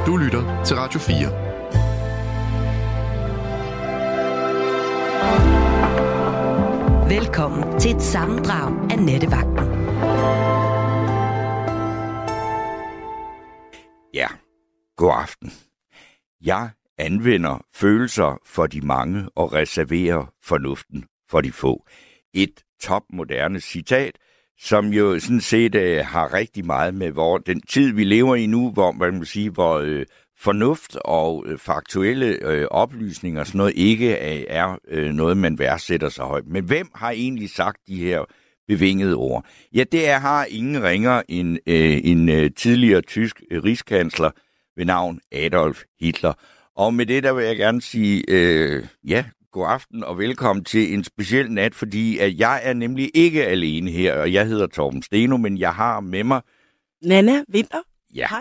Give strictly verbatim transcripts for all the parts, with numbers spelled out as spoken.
Du lytter til Radio fire. Velkommen til et sammendrag af Nattevagten. Ja, god aften. Jeg anvender følelser for de mange og reserverer fornuften for de få. Et topmoderne citat, som jo sådan set øh, har rigtig meget med hvor, den tid, vi lever i nu, hvor man må sige, hvor øh, fornuft og øh, faktuelle øh, oplysninger og sådan noget ikke er, er øh, noget, man værdsætter så højt. Men hvem har egentlig sagt de her bevingede ord? Ja, det er, har ingen ringer end øh, en øh, tidligere tysk øh, rigskansler ved navn Adolf Hitler. Og med det, der vil jeg gerne sige, øh, ja, god aften og velkommen til en speciel nat, fordi at jeg er nemlig ikke alene her, og jeg hedder Torben Steno, men jeg har med mig Nanna Vinter. Ja. Hej.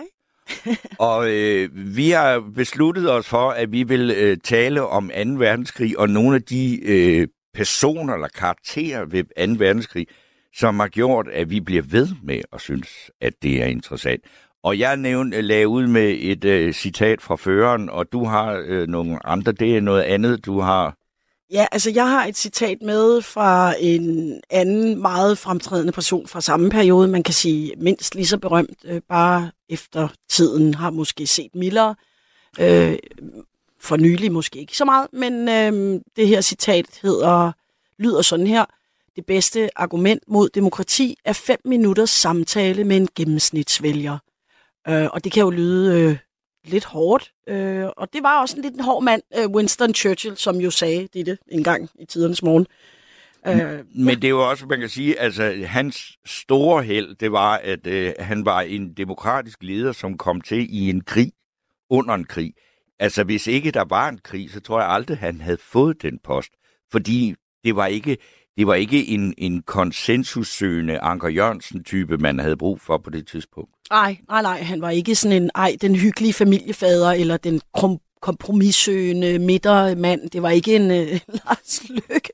Og øh, vi har besluttet os for, at vi vil øh, tale om anden verdenskrig og nogle af de øh, personer eller karakterer ved anden verdenskrig, som har gjort, at vi bliver ved med at synes, at det er interessant. Og jeg nævnte, lagde ud med et øh, citat fra føreren, og du har øh, nogle andre, det er noget andet, du har. Ja, altså jeg har et citat med fra en anden meget fremtrædende person fra samme periode. Man kan sige mindst lige så berømt, øh, bare efter tiden har måske set mildere. Øh, for nylig måske ikke så meget, men øh, det her citat hedder, lyder sådan her. Det bedste argument mod demokrati er fem minutters samtale med en gennemsnitsvælger. Øh, og det kan jo lyde øh, lidt hårdt. Øh, og det var også en lidt en hård mand, øh, Winston Churchill, som jo sagde det en gang i tidernes morgen. Øh, Men det er jo også, man kan sige, altså hans store held, det var, at øh, han var en demokratisk leder, som kom til i en krig, under en krig. Altså hvis ikke der var en krig, så tror jeg aldrig, han havde fået den post. Fordi det var ikke... Det var ikke en, en konsensussøgende Anker Jørgensen-type, man havde brug for på det tidspunkt. Nej, nej, nej. Han var ikke sådan en, ej, den hyggelige familiefader, eller den kom- kompromissøgende midtermand. Det var ikke en uh, Lars Løkke.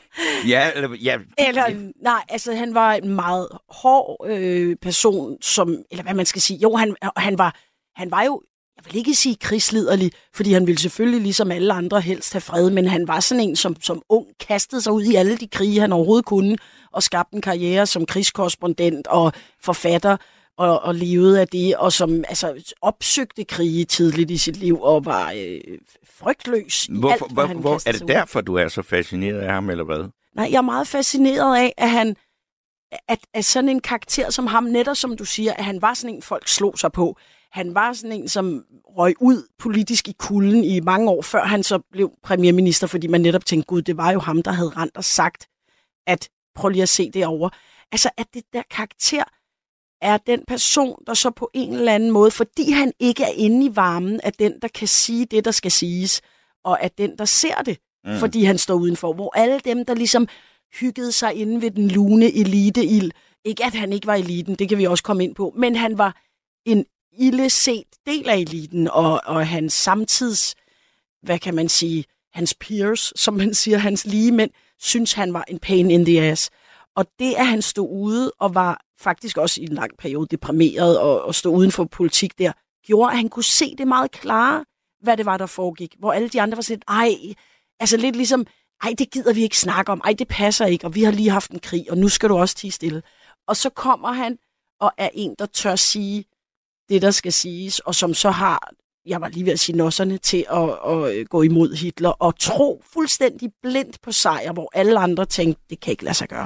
Ja, eller... Ja. Eller, nej, altså han var en meget hård øh, person, som, eller hvad man skal sige. Jo, han, han, var, han var jo, jeg vil ikke sige krigsliderlig, fordi han ville selvfølgelig ligesom alle andre helst have fred, men han var sådan en, som, som ung kastede sig ud i alle de krige, han overhovedet kunne, og skabte en karriere som krigskorrespondent og forfatter, og, og levede af det, og som altså, opsøgte krige tidligt i sit liv, og var øh, frygtløs i Hvorfor, alt, hvad han hvor, kastede Er det derfor, du er så fascineret af ham, eller hvad? Nej, jeg er meget fascineret af, at han, at, at sådan en karakter som ham, netop som du siger, at han var sådan en, folk slog sig på. Han var sådan en, som røg ud politisk i kulden i mange år, før han så blev premierminister, fordi man netop tænkte, gud, det var jo ham, der havde rendt og sagt, at prøv lige at se det over. Altså, at det der karakter er den person, der så på en eller anden måde, fordi han ikke er inde i varmen, er den, der kan sige det, der skal siges, og er den, der ser det, mm. fordi han står udenfor. Hvor alle dem, der ligesom hyggede sig inde ved den lune eliteild, ikke at han ikke var eliten, det kan vi også komme ind på, men han var en illeset del af eliten, og, og hans samtids, hvad kan man sige, hans peers, som man siger, hans ligemænd, synes han var en pain in the ass. Og det, at han stod ude, og var faktisk også i en lang periode deprimeret, og, og stod uden for politik der, gjorde, at han kunne se det meget klare, hvad det var, der foregik. Hvor alle de andre var sådan, ej, altså lidt ligesom, ej, det gider vi ikke snakke om, ej, det passer ikke, og vi har lige haft en krig, og nu skal du også tie stille. Og så kommer han, og er en, der tør sige det, der skal siges, og som så har, jeg var lige ved at sige nosserne, til at, at gå imod Hitler, og tro fuldstændig blindt på sejr, hvor alle andre tænkte, det kan ikke lade sig gøre.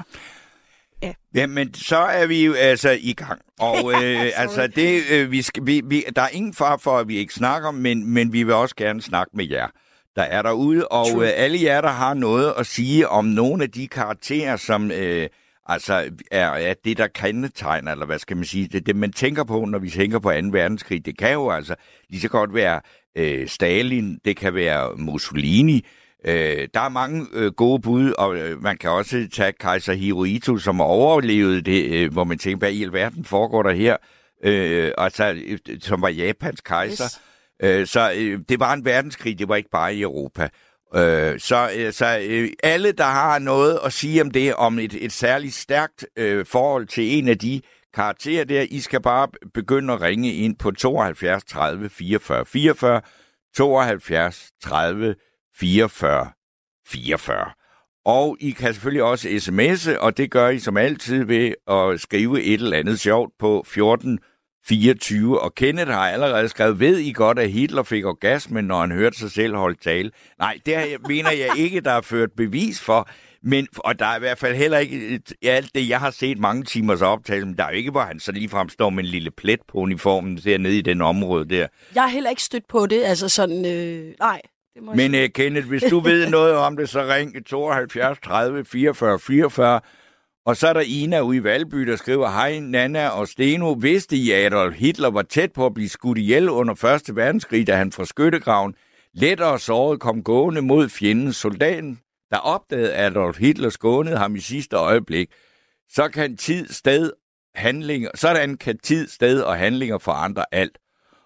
Ja. Jamen, så er vi jo altså i gang. Og øh, altså, det, øh, vi skal, vi, vi, der er ingen far for, at vi ikke snakker, men, men vi vil også gerne snakke med jer, der er derude. Og øh, alle jer, der har noget at sige om nogle af de karakterer, som øh, altså er, er det, der kendetegner, eller hvad skal man sige, det det, man tænker på, når vi tænker på anden verdenskrig. Det kan jo altså lige så godt være øh, Stalin, det kan være Mussolini. Øh, der er mange øh, gode bud, og øh, man kan også tage kejser Hirohito, som overlevede det, øh, hvor man tænker, hvad i alverden foregår der her, øh, altså, øh, som var Japans kejser. Yes. Øh, så øh, det var en verdenskrig, det var ikke bare i Europa. Øh, så øh, så øh, alle, der har noget at sige om det, om et, et særligt stærkt øh, forhold til en af de karakter der. I skal bare begynde at ringe ind på tooghalvfjerds tredive fireogfyrre fireogfyrre, tooghalvfjerds tredive fireogfyrre fireogfyrre. Og I kan selvfølgelig også sms'e, og det gør I som altid ved at skrive et eller andet sjovt på fjorten fireogtyve. Og Kenneth har allerede skrevet, ved I godt, at Hitler fik orgasme, når han hørte sig selv holde tale? Nej, det mener jeg ikke, der er ført bevis for. Men, og der er i hvert fald heller ikke alt det, jeg har set mange timers optagelse, men der er jo ikke, hvor han så ligefrem står med en lille plet på uniformen dernede i den område der. Jeg har heller ikke stødt på det, altså sådan, øh, nej. Men uh, Kenneth, hvis du ved noget om det, så ring tooghalvfjerds tredive fireogfyrre fireogfyrre. Og så er der Ina ude i Valby, der skriver, hej Nana og Steno, vidste I, at Adolf Hitler var tæt på at blive skudt ihjel under første verdenskrig, da han fra skyttegraven lettere såret kom gående mod fjenden. Soldaten, der opdagede Adolf Hitler, skånede ham i sidste øjeblik. Så kan tid, sted, handlinger, sådan kan tid, sted og handlinger forandre alt.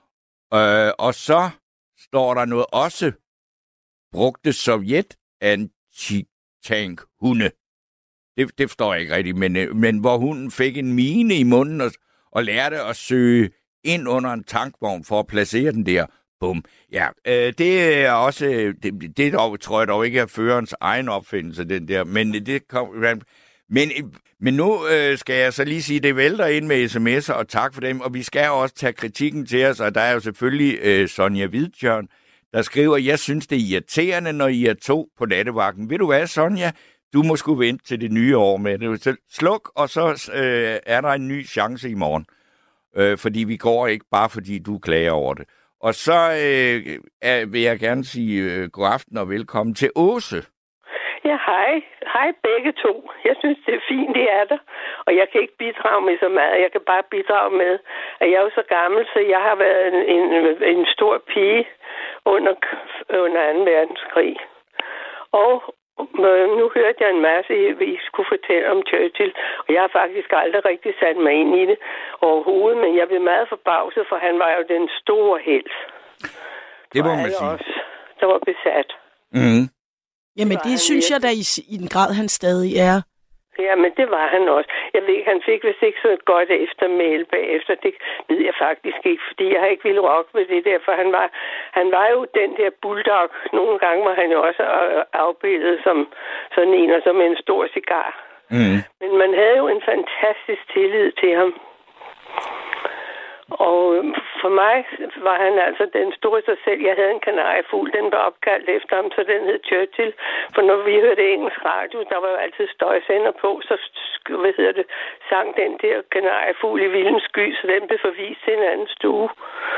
Øh, og så står der noget også, brugte Sovjet anti-tank-hunde. Det, det forstår jeg ikke rigtigt, men, men hvor hunden fik en mine i munden og, og lærte at søge ind under en tankvogn for at placere den der. Bum. Ja, øh, det er også, det, det dog, tror jeg dog ikke er førerens egen opfindelse, den der, men det kom, men, men nu øh, skal jeg så lige sige, det vælter ind med sms'er, og tak for dem, og vi skal også tage kritikken til os, og der er jo selvfølgelig øh, Sonja Hvidtjørn, der skriver, jeg synes, det er irriterende, når I er to på nattevagten. Ved du hvad, Sonja? Du må sgu vente til det nye år med det. Så sluk, og så øh, er der en ny chance i morgen. Øh, fordi vi går ikke bare, fordi du klager over det. Og så øh, er, vil jeg gerne sige øh, god aften og velkommen til Åse. Ja, hej. Hej begge to. Jeg synes, det er fint, det er der. Og jeg kan ikke bidrage med så meget. Jeg kan bare bidrage med, at jeg er jo så gammel, så jeg har været en, en, en stor pige under, under anden verdenskrig. Og nu hørte jeg en masse, vi skulle fortælle om Churchill, og jeg har faktisk aldrig rigtig sat mig ind i det overhovedet, men jeg blev meget forbavset, for han var jo den store helt. Det må man sige. Os, der var besat. Mm. Jamen, det, det synes jeg da i, i den grad, han stadig er. Ja, men det var han også. Jeg ved, han fik vist ikke så godt eftermæl bagefter. Det ved jeg faktisk ikke, fordi jeg har ikke ville rokke med det der, for han var, han var jo den der bulldog. Nogle gange var han jo også afbildet som sådan en, og som en stor cigar. Mm. Men man havde jo en fantastisk tillid til ham. Og for mig var han altså den store sig selv. Jeg havde en kanariefugl, den var opkaldt efter ham, så den hed Churchill. For når vi hørte engelsk radio, der var jo altid støjsender på, så hvad hedder det, sang den der kanariefugl i vildens sky, så den blev forvist til en anden stue.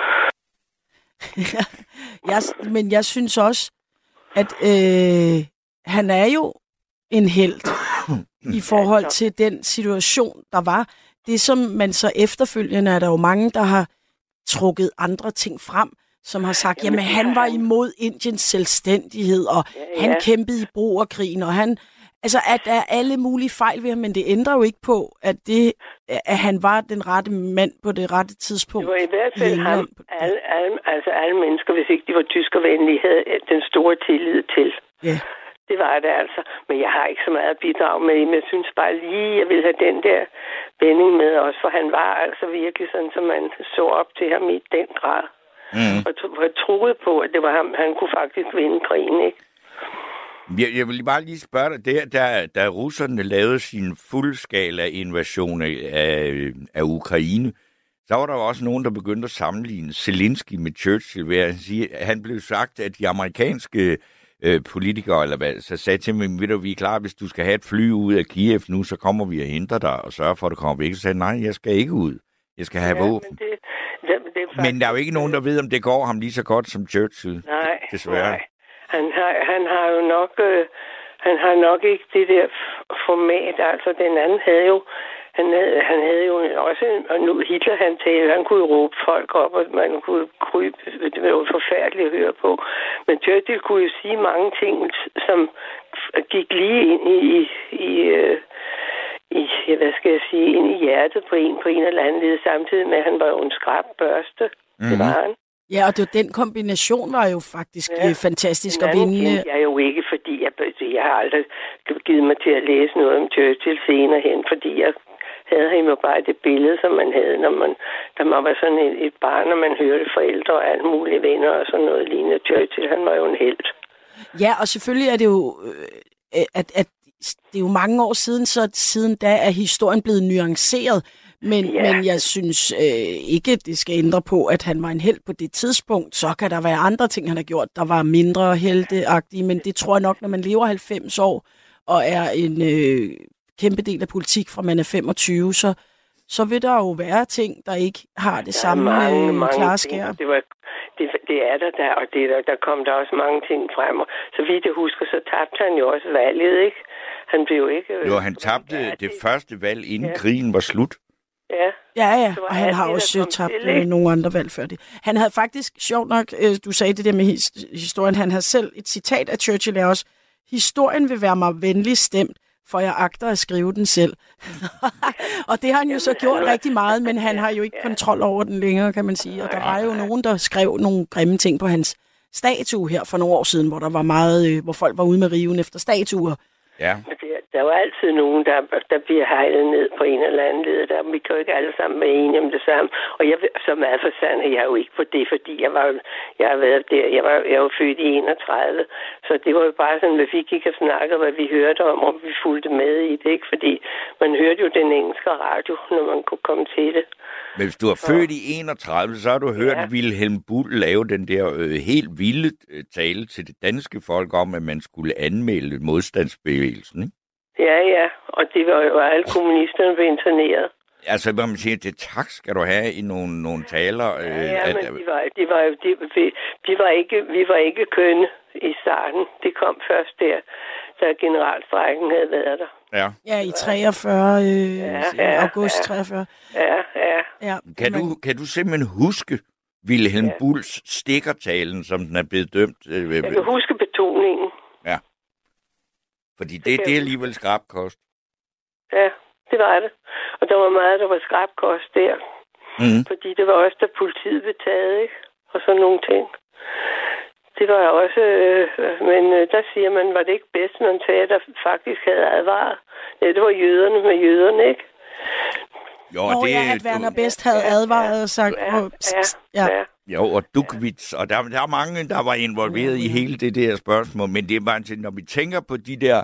Ja, jeg, men jeg synes også, at øh, han er jo en helt i forhold til den situation, der var. Det, som man så efterfølgende, er der jo mange, der har trukket andre ting frem, som har sagt, jamen, jamen han var imod Indiens selvstændighed, og ja, ja. han kæmpede i broerkrigen, og han, altså, at der er alle mulige fejl ved ham, men det ændrer jo ikke på, at, det, at han var den rette mand på det rette tidspunkt. Det var i hvert fald ham, alle, alle, altså alle mennesker, hvis ikke de var tyskervenlige, havde den store tillid til. Ja. Det var det altså. Men jeg har ikke så meget at bidrage med, men jeg synes bare lige, jeg vil have den der vending med også, for han var altså virkelig sådan, som man så op til ham i den grad. Mm. Og jeg troede på, at det var ham, han kunne faktisk vinde krigen, ikke? Jeg, jeg vil bare lige spørge dig, der, da, da russerne lavede sin fuldskala invasion af, af Ukraine, så var der jo også nogen, der begyndte at sammenligne Zelensky med Churchill, ved at sige, han blev sagt, at de amerikanske øh, politikere, eller hvad, så sagde til mig, ved du, vi er klar, hvis du skal have et fly ud af Kiev nu, så kommer vi og henter dig og sørger for, at du kommer væk. Så sagde nej, jeg skal ikke ud. Jeg skal have ja, våben. Men, det, det, det er faktisk... men der er jo ikke nogen, der ved, om det går ham lige så godt som Churchill. Nej, desværre. nej. Han har, han har jo nok, øh, han har nok ikke det der format. Altså, den anden havde jo, han havde, han havde jo også, og nu Hitler, han talte, han kunne råbe folk op, og man kunne krybe. Det var jo forfærdeligt at høre på. Men Churchill kunne jo sige mange ting, som gik lige ind i, i, i, i hvad skal jeg sige, ind i hjertet på en, på en eller anden led, samtidig med, at han var jo en skrab børste. Mm-hmm. Det var han. Ja, og det, den kombination var jo faktisk ja. fantastisk at vinde. Jeg er jo ikke, fordi jeg, jeg har aldrig givet mig til at læse noget om Churchill senere hen, fordi jeg havde han jo bare det billede, som man havde, når man, da man var sådan et, et barn, og man hørte forældre og alle mulige venner og sådan noget lignende. Churchill, han var jo en helt. Ja, og selvfølgelig er det jo, øh, at, at det er jo mange år siden, så siden da er historien blevet nuanceret. Men, ja. men jeg synes øh, ikke, det skal ændre på, at han var en helt på det tidspunkt. Så kan der være andre ting, han har gjort, der var mindre helteagtige. Men det tror jeg nok, når man lever halvfems år og er en øh, kæmpe del af politik fra man er femogtyve, så, så vil der jo være ting, der ikke har det der samme mange, øh, mange klare skær. Det, var, det, det er der der, og det der, der kom der også mange ting frem. Og så vidt jeg husker, så tabte han jo også valget, ikke? Han blev jo ikke... Jo, han tabte ja, det, det første valg, inden ja. krigen var slut. Ja, ja, ja. Og han har også tabt til, nogle andre valg før det. Han havde faktisk, sjovt nok, du sagde det der med historien, han havde selv et citat af Churchill er også, historien vil være mig venlig stemt, for jeg agter at skrive den selv. Og det har han jo så gjort rigtig meget, men han har jo ikke kontrol over den længere, kan man sige. Og der var jo nogen, der skrev nogle grimme ting på hans statue her for nogle år siden, hvor der var meget, hvor folk var ude med riven efter statuer. Ja. Der er jo altid nogen, der, der bliver hejlet ned på en eller anden led. Der, vi kan jo ikke alle sammen være enige om det samme. Og jeg, som er for sand, er jeg jo ikke på det, fordi jeg var jeg har været der. Jeg var, jeg var født i enogtredive. Så det var jo bare sådan, at vi gik og snakkede, hvad vi hørte om, og vi fulgte med i det. Ikke? Fordi man hørte jo den engelske radio, når man kunne komme til det. Men hvis du er født i enogtredive, så har du hørt ja. Vilhelm Buhl lave den der øh, helt vilde tale til det danske folk om, at man skulle anmelde modstandsbevægelsen, ikke? Ja, ja, og det var jo alle kommunisterne blev interneret. Altså, hvad man siger, det tak skal du have i nogle, nogle taler. Ja, ja at, men de var, de var jo, de, de var ikke, vi var ikke kønne i starten. Det kom først der, da generalstrækken havde været der. Ja, ja i treogfyrre, øh, ja, ja, august ja. treogfyrre. Ja, ja. ja kan, du, kan du simpelthen huske Vilhelm ja. Bulls stikkertalen, som den er blevet dømt? Øh, Jeg kan huske betoningen. Ja. Fordi det, det er alligevel skrabkost. Ja, det var det. Og der var meget, der var skrabkost der. Mm. Fordi det var også, da politiet blev taget, ikke? Og sådan nogle ting. Det var også... Øh, men øh, der siger man, var det ikke bedst, man sagde, der faktisk havde advaret. Ja, det var jøderne med jøderne, ikke? Jo, Nå, det, ja, at Werner Best havde ja, advaret ja, og sagt... Ja, oh, pst, pst, ja. ja. Jo, og Dukwitz, og der, der er mange, der var involveret mm. i hele det der spørgsmål, men det er bare til, når vi tænker på de der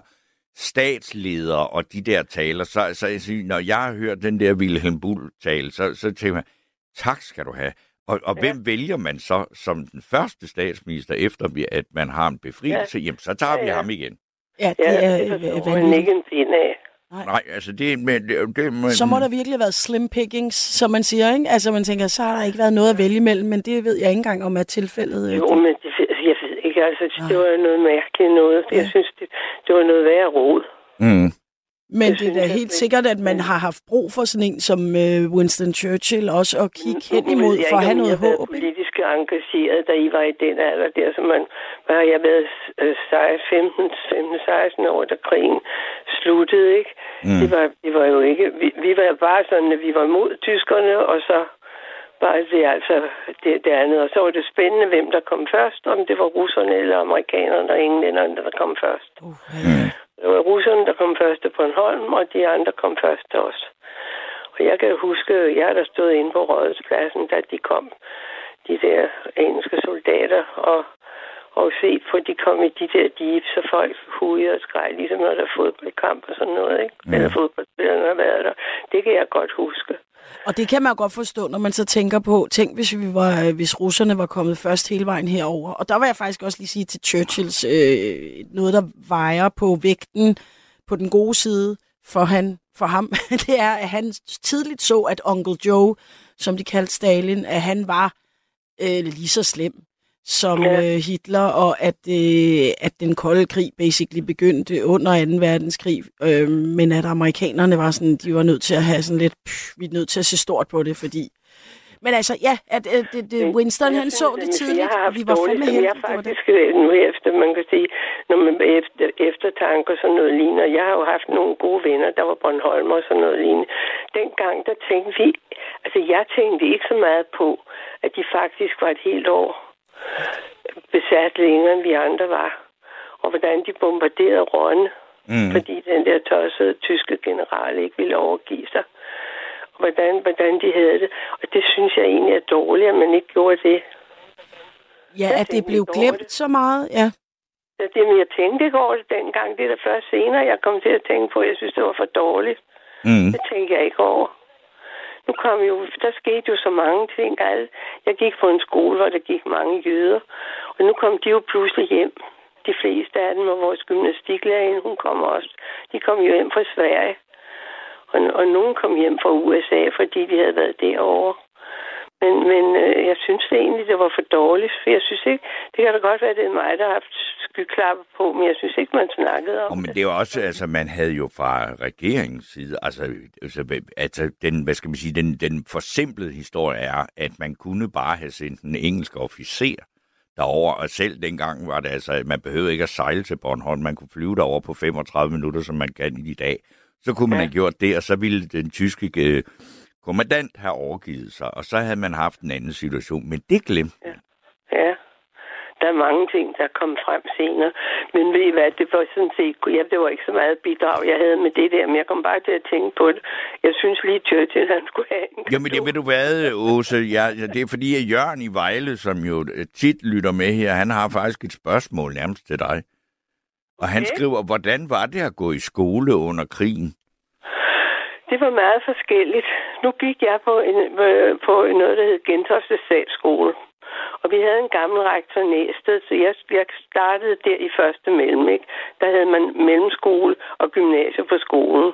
statsledere og de der taler, så, så jeg siger, når jeg har hørt den der Vilhelm Buhl-tale, så, så tænker man, tak skal du have. Og, og ja. hvem vælger man så som den første statsminister, efter at man har en befrielse? Ja. Jamen, så tager vi ja, ja. ham igen. Ja, det er ja, vanvittigt. Nej. Nej, altså det, men, det, det men... Så må der virkelig have været slim pickings, som man siger, ikke? Altså man tænker, så har der ikke været noget at vælge imellem, men det ved jeg ikke engang om er tilfældet. Jo, men det, jeg ved ikke, altså det Nej. var noget mærkeligt noget. Ja. Jeg synes, det, det var noget værre rod. Mm. Men det, det er da helt sikkert, at man har haft brug for sådan en som uh, Winston Churchill også at kigge hen imod for at have noget håb. Jeg politisk engageret, da I var i den alder der, så man var jeg været femten seksten år, da krigen sluttede, ikke? Mm. Det, var, det var jo ikke... Vi, vi var bare sådan, at vi var mod tyskerne, og så var det altså det, det andet. Og så var det spændende, hvem der kom først, om det var russerne eller amerikanerne, og englænderne, der kom først. Okay. Mm. Det var russerne, der kom først til Bornholm, og de andre kom først til os. Og jeg kan huske, jeg der stod inde på Rådhuspladsen, da de kom, de der engelske soldater, og, og set på, at de kom i de der jeeps, så folk hujede og skreg, ligesom når der er fodboldkamp og sådan noget, ikke? Mm. Eller fodboldspillerne har været der. Det kan jeg godt huske. Og det kan man godt forstå, når man så tænker på, tænk hvis, vi var, hvis russerne var kommet først hele vejen herover. Og der vil jeg faktisk også lige sige til Churchills, øh, noget der vejer på vægten på den gode side for, han, for ham, det er, at han tidligt så, at Onkel Joe, som de kaldte Stalin, at han var øh, lige så slem som ja. øh, Hitler, og at, øh, at den kolde krig basically begyndte under anden verdenskrig, øh, men at amerikanerne var sådan, de var nødt til at have sådan lidt, pff, vi er nødt til at se stort på det, fordi... Men altså, ja, at, at, at, at Winston, han så det tidligt, og vi var fandme heldige. Jeg har faktisk nu efter, man kan sige, når man efter, eftertanker sådan noget lignende, jeg har jo haft nogle gode venner, der var Bornholm og sådan noget lignende. Dengang, der tænkte vi, altså jeg tænkte ikke så meget på, at de faktisk var et helt år besat længere, end vi andre var. Og hvordan de bombarderede Rønne, mm. fordi den der tossede tyske general ikke ville overgive sig. hvordan, hvordan de havde det. Og det synes jeg egentlig er dårligt, at man ikke gjorde det. Ja, at det blev glemt det. Så meget, ja. Ja, det, jeg tænkte ikke over det dengang. Det er da først senere, jeg kom til at tænke på, at jeg synes, det var for dårligt. Mm. Det tænkte jeg ikke over. Nu kom jo, der skete jo så mange ting. Jeg gik på en skole, hvor der gik mange jøder. Og nu kom de jo pludselig hjem. De fleste af dem, og vores gymnastiklærerinde, hun kom også. De kom jo hjem fra Sverige. Og, og nogen kom hjem fra U S A, fordi de havde været derovre. Men, men øh, jeg synes det egentlig, det var for dårligt. For jeg synes ikke, det kan da godt være, det er mig, der har haft skyklapper på, men jeg synes ikke, man snakkede om oh, men det. det var også, altså man havde jo fra regeringens side, altså, altså, altså den, hvad skal man sige, den, den forsimplede historie er, at man kunne bare have sendt en engelsk officer derover, og selv dengang var det altså, man behøvede ikke at sejle til Bornholm, man kunne flyve derover på femogtredive minutter, som man kan i dag. Så kunne man ja. have gjort det, og så ville den tyske øh, kommandant have overgivet sig, og så havde man haft en anden situation, men det glemte ja. ja, der er mange ting, der kom frem senere, men ved I hvad, det var sådan set, ja, det var ikke så meget bidrag, jeg havde med det der, men jeg kom bare til at tænke på det. Jeg synes lige, Churchill, han skulle have en. Jamen, det ved du hvad, Åse, ja, det er fordi, at Jørgen i Vejle, som jo tit lytter med her, han har faktisk et spørgsmål nærmest til dig. Og okay. Han skriver, hvordan var det at gå i skole under krigen? Det var meget forskelligt. Nu gik jeg på, en, på noget, der hed Gentofte Statsskole. Og vi havde en gammel rektor Næsted, så jeg, jeg startede der i første mellem, ikke? Der havde man mellemskole og gymnasie på skolen.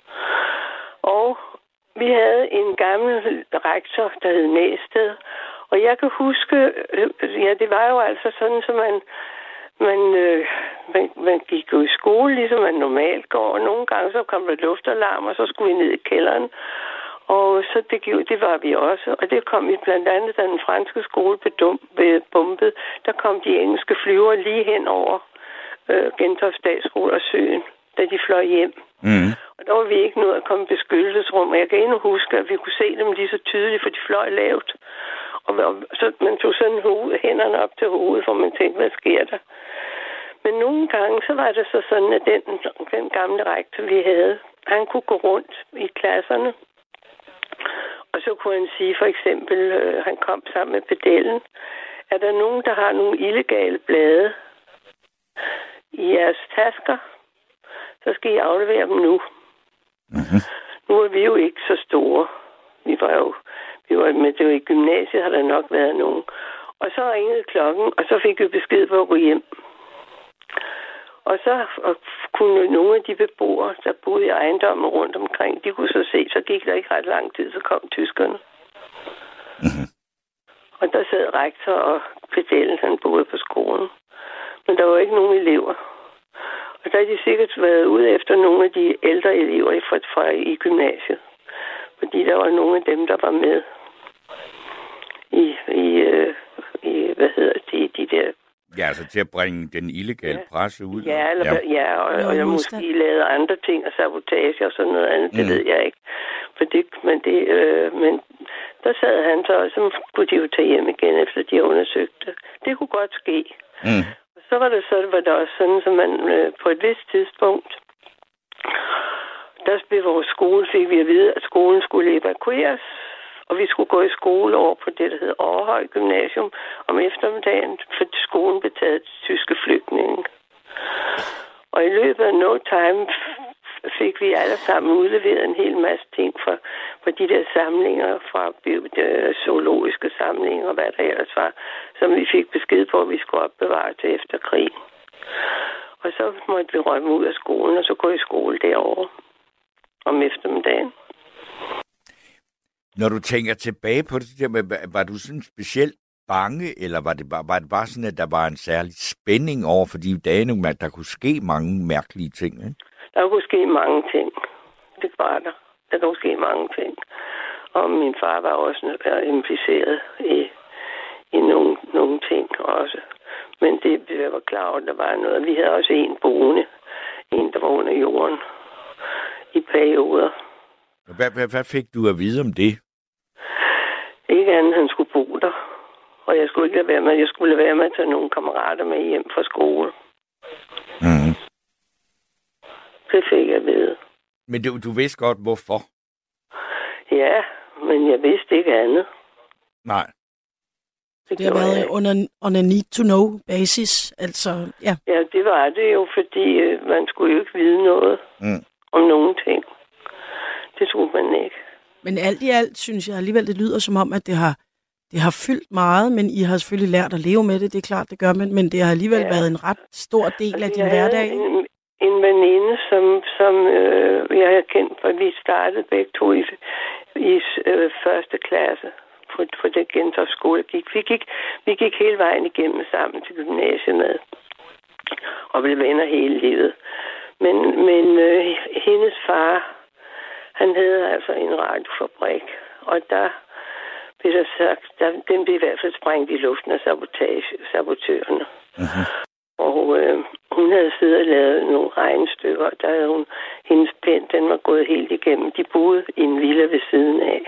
Og vi havde en gammel rektor, der hed Næsted. Og jeg kan huske, ja, det var jo altså sådan, så man... Man, øh, man, man gik jo i skole, ligesom man normalt går, og nogle gange så kom der luftalarm, og så skulle vi ned i kælderen. Og så det, det var vi også, og det kom vi blandt andet, da den franske skole blev bombet, der kom de engelske flyver lige hen over øh, Gentofte Statsskole og Søen, da de fløj hjem. Mm. Og der var vi ikke nået at komme i beskyttelsesrum, og jeg kan endnu huske, at vi kunne se dem lige så tydeligt, for de fløj lavt. Og, og så man tog sådan hoved, hænderne op til hovedet, for man tænkte, hvad sker der? Men nogle gange, så var det så sådan, at den, den gamle rektor, vi havde, han kunne gå rundt i klasserne. Og så kunne han sige, for eksempel, øh, han kom sammen med pedellen. Er der nogen, der har nogle illegale blade i jeres tasker? Så skal I aflevere dem nu. Mm-hmm. Nu er vi jo ikke så store. Vi var jo, vi var, men det var i gymnasiet, har der nok været nogen. Og så ringede klokken, og så fik vi besked på at gå hjem. Og så og kunne nogle af de beboere, der boede i ejendommen rundt omkring, de kunne så se, så gik der ikke ret lang tid, så kom tyskerne. Mm-hmm. Og der sad rektor og pedellen, han boede på skolen. Men der var ikke nogen elever. Og der har de sikkert været ude efter nogle af de ældre elever fra, fra i gymnasiet. Fordi der var nogle af dem, der var med i, i, øh, i hvad hedder det, de der... Ja, altså til at bringe den illegale ja. presse ud. Ja, eller, ja. ja og, og jeg måske lavede andre ting og sabotage og sådan noget andet, mm. det ved jeg ikke. For det, men, det, øh, men der sad han så, og så kunne de jo tage hjem igen, efter de undersøgte. Det kunne godt ske. Mm. Og så var det så var der også sådan, at man øh, på et vist tidspunkt, der blev vores skole, fik vi at vide, at skolen skulle evakueres. Og vi skulle gå i skole over på det, der hedder Overhøj Gymnasium om eftermiddagen, for skolen blev taget til tyske flygtninge. Og i løbet af no time fik vi alle sammen udleveret en hel masse ting fra, fra de der samlinger, fra de zoologiske samlinger og hvad der ellers var, som vi fik besked på, at vi skulle opbevare til efter krig. Og så måtte vi rømme ud af skolen, og så gå i skole derovre om eftermiddagen. Når du tænker tilbage på det, var du sådan specielt bange, eller var det, bare, var det bare sådan, at der var en særlig spænding over for de dage, at der kunne ske mange mærkelige ting? Ikke? Der kunne ske mange ting. Det var der. Der kunne ske mange ting. Og min far var også impliceret i, i nogle, nogle ting også. Men det, vi var klar over, at der var noget. Vi havde også en boende, en, der var under jorden i perioder. Hvad, hvad, hvad fik du at vide om det? Ikke andet, han skulle bo der. Og jeg skulle ikke lade være med, jeg skulle lade være med at tage nogle kammerater med hjem fra skole. Mm. Det fik jeg at vide. Men du, du vidste godt, hvorfor? Ja, men jeg vidste ikke andet. Nej. Det, det har været on a, on a need-to-know basis, altså, ja. Ja, det var det jo, fordi øh, man skulle jo ikke vide noget mm. om nogen ting. Det troede man ikke. Men alt i alt, synes jeg alligevel, det lyder som om, at det har, det har fyldt meget, men I har selvfølgelig lært at leve med det, det er klart, det gør man, men det har alligevel ja. været en ret stor del af din jeg hverdag. En, en veninde, som, som øh, jeg har kendt, for vi startede begge to i, i øh, første klasse på, på det Gentofte skole. Gik. Vi, gik, vi gik hele vejen igennem sammen til gymnasiet med, og blev venner hele livet. Men, men øh, hendes far, han havde altså en radiofabrik, og der blev der sagt, der, den blev i hvert fald sprængt i luften af sabotage, sabotørerne. Mm-hmm. Og øh, hun havde siddet og lavet nogle regnestykker, og der havde hun, hendes pen, den var gået helt igennem. De boede i en villa ved siden af.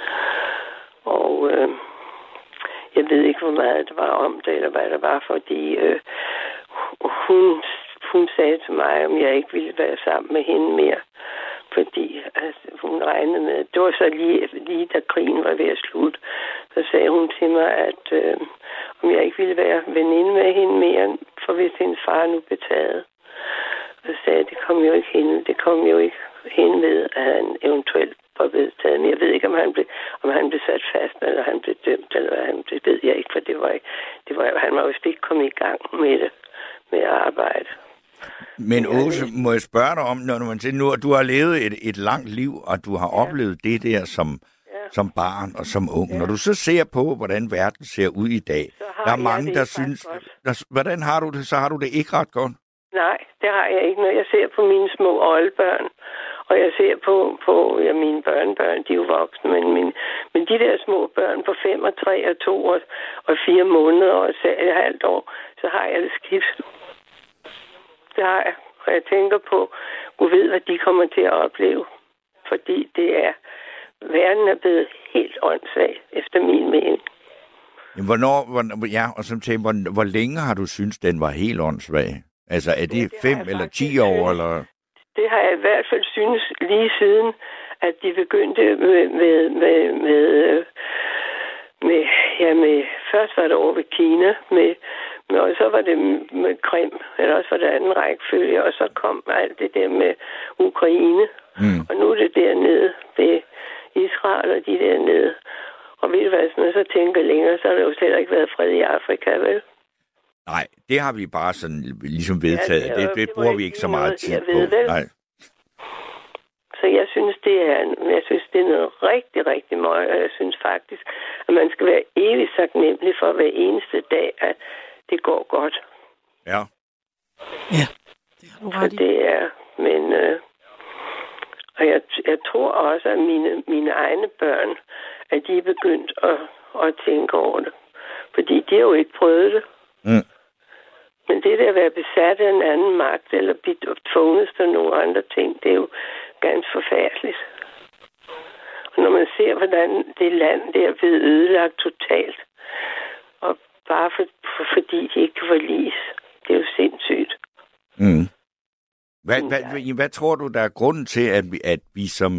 Og øh, jeg ved ikke, hvor meget det var om det, eller hvad det var, fordi øh, hun, hun sagde til mig, om jeg ikke ville være sammen med hende mere. Fordi altså, hun regnede med, det var så lige, lige da krigen var ved at slutte, så sagde hun til mig, at øh, om jeg ikke ville være veninde med hende mere, for hvis hendes far nu blev taget. Og så sagde jeg, det kom jo ikke hende, det kom jo ikke hende ved, at han eventuelt var blevet taget. Men jeg ved ikke, om han blev, om han blev sat fast, eller han blev dømt, eller hvad han blev, det ved jeg ikke, for det var ikke, det var, han var jo ikke kommet i gang med det, med at arbejde. Men Åse, må jeg spørge dig om, når man siger, nu at du har levet et, et langt liv, og du har ja. oplevet det der som, ja. som barn og som ung. Ja. Når du så ser på, hvordan verden ser ud i dag, der er mange, der synes... Der, hvordan har du det? Så har du det ikke ret godt? Nej, det har jeg ikke. Når jeg ser på mine små oldebørn, og jeg ser på, på ja, mine børnebørn, de er jo voksne, men, min, men de der små børn på fem og tre og to og, og fire måneder og et halvt år, så har jeg det skidt. Det har jeg, og jeg tænker på, Gud ved, hvad de kommer til at opleve. Fordi det er, verden er blevet helt åndssvag, efter min mening. Hvornår, hvor, ja, og som tænker, hvor, hvor længe har du synes den var helt åndssvag? Altså, er det, ja, det fem eller ti år, eller? Det har jeg i hvert fald synes lige siden, at de begyndte med, med, med, med, med, ja, med, først var det over ved Kina, med, med, og så var det med Krim, eller også var det anden rækkefølge, og så kom alt det der med Ukraine, mm. og nu er det dernede ved Israel og de dernede. Og ved du hvad, når jeg så tænker længere, så har der jo slet ikke været fred i Afrika, vel? Nej, det har vi bare sådan ligesom vedtaget. Ja, det, det, det, det bruger vi ikke så meget tid på. Ved, Nej. Så jeg synes, det er, jeg synes, det er noget rigtig, rigtig meget. Og jeg synes faktisk, at man skal være evigt taknemmelig for hver eneste dag, at det går godt. Ja. Ja, det har du ret i. Det er, men... Øh, og jeg, jeg tror også, at mine, mine egne børn, at de er begyndt at, at tænke over det. Fordi de har jo ikke prøvet det. Mm. Men det der at være besat af en anden magt, eller blive tvunget til nogle andre ting, det er jo ganske forfærdeligt. Og når man ser, hvordan det land der er blevet ødelagt totalt, og bare for, for, fordi de ikke kan forliges, det er jo sindssygt. Mm. Hvad, hvad, hvad tror du, der er grunden til, at vi, at vi som...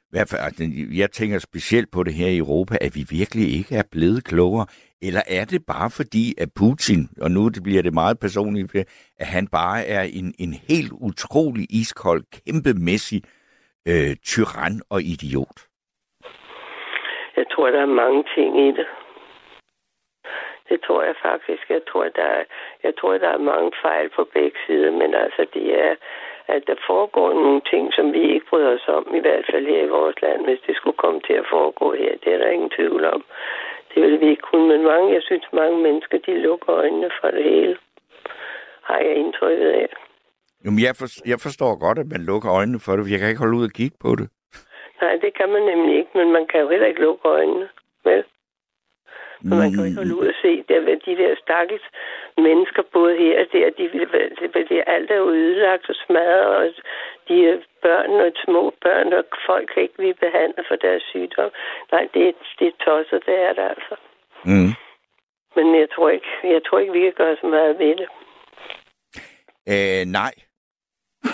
Jeg tænker specielt på det her i Europa, at vi virkelig ikke er blevet klogere. Eller er det bare fordi, at Putin, og nu bliver det meget personligt, at han bare er en, en helt utrolig iskold, kæmpemæssig øh, tyran og idiot? Jeg tror, der er mange ting i det. Det tror jeg faktisk. Jeg tror, der er, jeg tror, der er mange fejl på begge sider, men altså, det er, at der foregår nogle ting, som vi ikke bryder os om, i hvert fald her i vores land, hvis det skulle komme til at foregå her. Det er der ingen tvivl om. Det vil vi ikke kunne, men mange, jeg synes, mange mennesker, de lukker øjnene for det hele. Har jeg indtrykket af. Jamen, jeg, for, jeg forstår godt, at man lukker øjnene for det, for jeg kan ikke holde ud og kigge på det. Nej, det kan man nemlig ikke, men man kan jo heller ikke lukke øjnene, vel? Men man kan jo ikke holde ud og se, der, de der stakkels mennesker, både her og der, de vil, det, det, alt er jo ødelagt og smadret, og de børn og små børn, og folk kan ikke blive behandlet for deres sygdom. Nej, det, det er tosset, det er det altså. Mm. Men jeg tror ikke, jeg tror ikke, vi kan gøre så meget ved det. Øh, nej.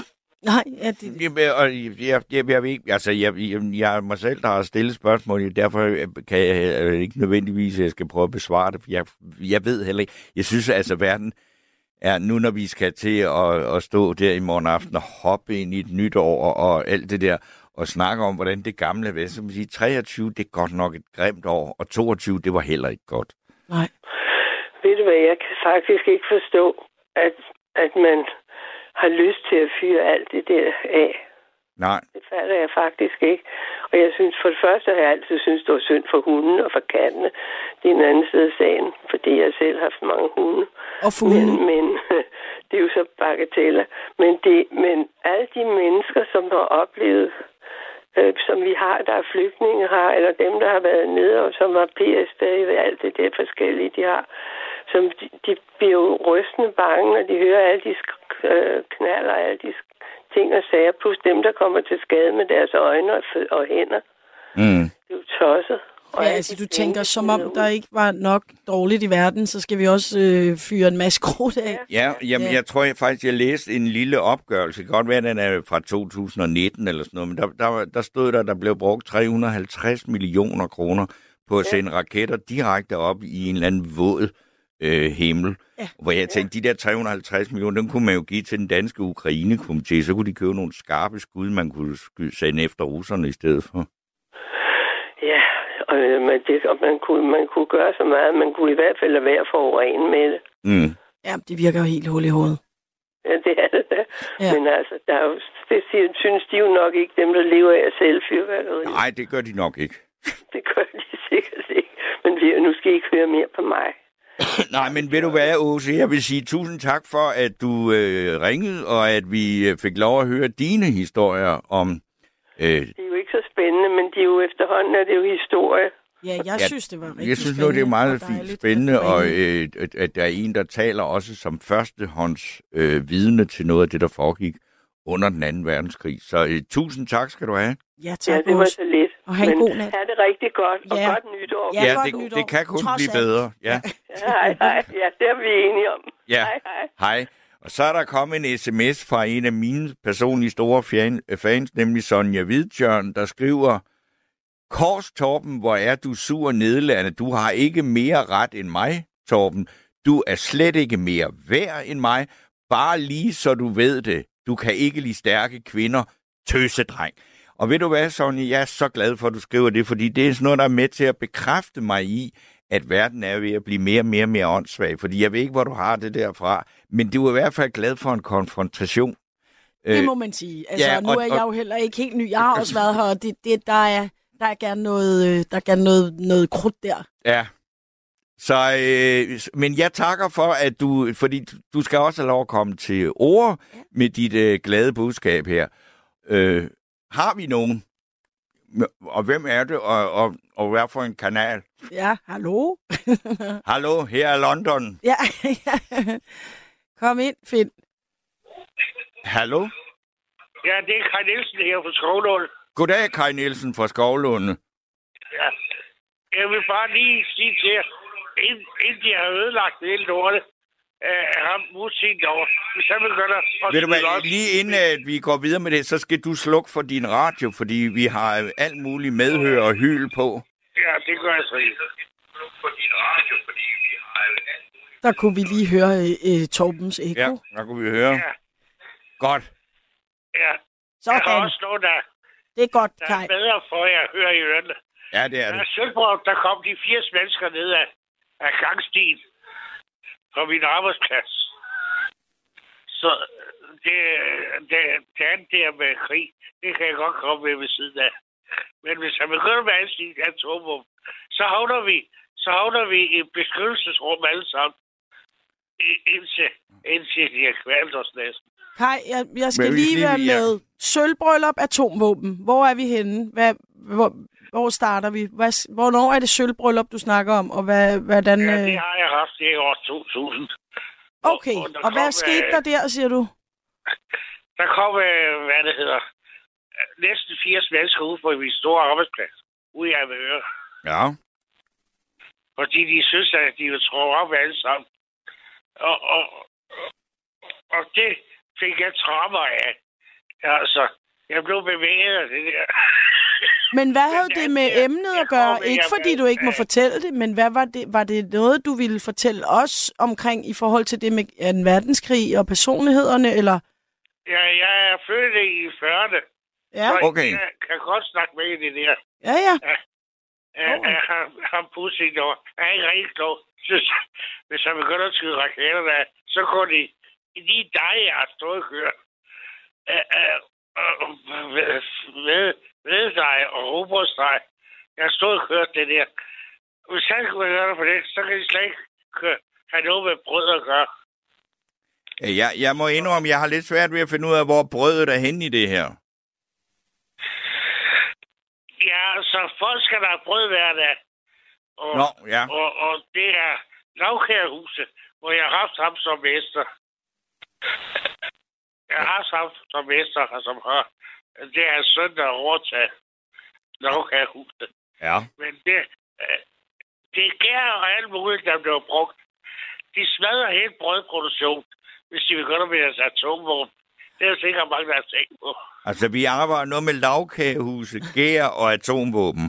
Nej, ja, det... Jamen, og jeg, jeg, jeg ved ikke, altså, jeg, jeg, jeg er mig selv, der har stillet spørgsmål, derfor kan jeg øh, ikke nødvendigvis, at jeg skal prøve at besvare det, for jeg, jeg ved heller ikke. Jeg synes, altså, verden er nu, når vi skal til at, at stå der i morgen aften og hoppe ind i et nyt år og, og alt det der, og snakke om, hvordan det gamle var. Så man sige, treogtyve, det er godt nok et grimt år, og toogtyve, det var heller ikke godt. Nej. Ved du hvad, jeg kan faktisk ikke forstå, at, at man har lyst til at fyre alt det der af. Nej. Det fatter jeg faktisk ikke. Og jeg synes, for det første har jeg altid synes det var synd for hunden og for kattene. Det er en anden side af sagen, fordi jeg selv har haft mange hunde. Og fugle. Men, men det er jo så bagateller. Men, det, men alle de mennesker, som har oplevet, øh, som vi har, der er flygtninge her, eller dem, der har været nede, og som har P S D, alt det der forskellige, de har, som de, de bliver jo rystende bange, når de hører alle de øh, knaller, alle de ting og sager, plus dem, der kommer til skade med deres øjne og, og hænder. Mm. Det er jo tosset. Og Ja, altså du tænker, som om der ikke var nok dårligt i verden, så skal vi også øh, fyre en masse krudt af. Ja, jamen, Ja. jeg tror jeg faktisk, jeg læste en lille opgørelse. Det kan godt være, den er fra to tusind nitten eller sådan noget, men der, der, der stod der, der blev brugt tre hundrede og halvtreds millioner kroner på at Ja. sende raketter direkte op i en eller anden våd øh, himmel. Ja. Hvor jeg tænkte, de der tre hundrede og halvtreds millioner, dem kunne man jo give til den danske Ukraine-komité, så kunne de købe nogle skarpe skud, man kunne sende efter russerne i stedet for. Ja, og, øh, man, det, og man, kunne, man kunne gøre så meget, man kunne i hvert fald lade være for at forurene med det. Mm. Ja, det virker jo helt hul i hovedet. Ja, det er det da. Ja. Men altså, der er jo, det siger, synes de jo nok ikke, dem der lever af at sælge fyrværkeri. Nej, det gør de nok ikke. Det gør de sikkert ikke. Men vi, nu skal I ikke høre mere på mig. Nej, men ved du hvad, Åse, jeg vil sige tusind tak for, at du øh, ringede, og at vi øh, fik lov at høre dine historier om... Øh, Det er jo ikke så spændende, men de er jo efterhånden, er det jo historie. Ja, jeg Ja, synes, det var rigtig jeg synes nu, spændende. det er meget og fint dejligt, spændende, at du var og inde. øh, at, at der er en, der taler også som førstehånds øh, vidne til noget af det, der foregik under den anden verdenskrig. Så øh, tusind tak skal du have. Ja, tak, Ja, det var Åse. så lidt. Og have en Men god nat. er det rigtig godt, og Ja. godt nytår. Ja, Ja, godt det, nytår. det kan kun Trods blive alt. bedre. Ja, Ja, hej, hej. Ja, det er vi enige om. ja. Hej, hej. Hej. Og så er der kommet en sms fra en af mine personlige store fan, fans, nemlig Sonja Hvidtjørn, der skriver: Kors, Torben, hvor er du sur nedladende. Du har ikke mere ret end mig, Torben. Du er slet ikke mere værd end mig. Bare lige så du ved det. Du kan ikke lide stærke kvinder. Tøsedreng. Og ved du hvad, Sonja, jeg er så glad for, at du skriver det, fordi det er sådan noget, der er med til at bekræfte mig i, at verden er ved at blive mere og mere og mere åndssvag. Fordi jeg ved ikke, hvor du har det derfra, men du er i hvert fald glad for en konfrontation. Det må man sige. Altså, ja, ja, nu og- er jeg jo heller ikke helt ny. Jeg har også været her, og det, det, der, er, der er gerne noget, øh, der er gerne noget, noget krudt der. Ja. Så, øh, men jeg takker for, at du, fordi du skal også have lov at komme til ord med dit øh, glade budskab her. Øh, har vi nogen? Og hvem er det? Og, og, og hvad for en kanal? Ja, hallo? Hallo, her er London. Ja, ja. Kom ind, Finn. Hallo? Ja, det er Kai Nielsen her fra Skovlund. Goddag, Kai Nielsen fra Skovlunde. Ja. Jeg vil bare lige sige til jer, inden, inden de har ødelagt det hele lortet, øh, ham musikken derovre, hvis han begynder at Ved du skyde hvad, op- lige inden at vi går videre med det, så skal du slukke for din radio, fordi vi har alt muligt medhør og hyl på. Ja, det gør jeg så ikke. Der kunne vi lige høre øh, øh, Torbens ekko. Ja, der kunne vi høre. Ja, Godt. ja. Jeg har Sådan. også noget, der, Det er godt, der Kai. er bedre for jer at høre i ørene. Ja, det er Der det. er Sønderborg, der kom de firs mennesker ned af, af gangstien fra min arbejdsplads. Så det, det, det andet der med krig, det kan jeg godt komme med ved siden af. Men hvis han begynder med alle sine atomvåben, så havner vi, så havner vi i et beskyttelsesrum alle sammen. I- Indtil, indtil de har kvalt os næsten. Kai, jeg, jeg skal Men hvis lige lige være vi- ja. med. Sølvbryllup, atomvåben. Hvor er vi henne? Hvad, hvor, hvor starter vi? Hvad, hvornår er det sølvbryllup, du snakker om? Og hvad, hvordan... Ja, Øh... det har jeg haft i år to tusind. Okay, og der og hvad kom, skete øh, der der, siger du? Der kom, øh, hvad det hedder, øh, næsten firs mennesker ud på min store arbejdsplads. Ude af Avedøre. Ja. Fordi de synes, at de vil trå op alle sammen. Og, og, og det fik jeg traumer af. Ja, altså, jeg blev bevæget af det der. Men hvad havde Men det det med er- emnet jeg at gøre? kommer, Ikke jeg fordi vil- du ikke må fortælle det, men hvad var det? Var det noget, du ville fortælle os omkring i forhold til det med en verdenskrig og personlighederne, eller? Ja, jeg er født i fyrrerne. Ja, Så Okay. jeg kan godt snakke med i det der. ja, ja. Jeg, jeg har, har Putin over. Jeg er ikke rigtig klog. Synes, hvis han begynder at skyde raketter af, så går de i de dage, jeg har stået og kørt. Ved, ved dig og robrødsdej. Jeg har stået og kørt det der. Hvis han kunne gøre det på det, så kan de slet ikke køre, have noget med brød at gøre. Jeg, jeg må indrømme, at jeg har lidt svært ved at finde ud af, hvor brødet er henne i det her. Ja, så folk skal der have brød hver dag. Og, Nå, ja. og, og det er lavkærhuset, hvor jeg har haft ham som mester. Jeg har haft ham som mester, som har... Det er søn, der overtaget lavkærhuset. Ja. Men det, øh, det er gær og alt muligt, der bliver brugt. De smadrer helt brødproduktion, hvis de begynder med deres atomvåben. Det er jo sikkert mange, der har tænkt på. Altså, vi arbejder noget med lavkagehuse, gær og atomvåben.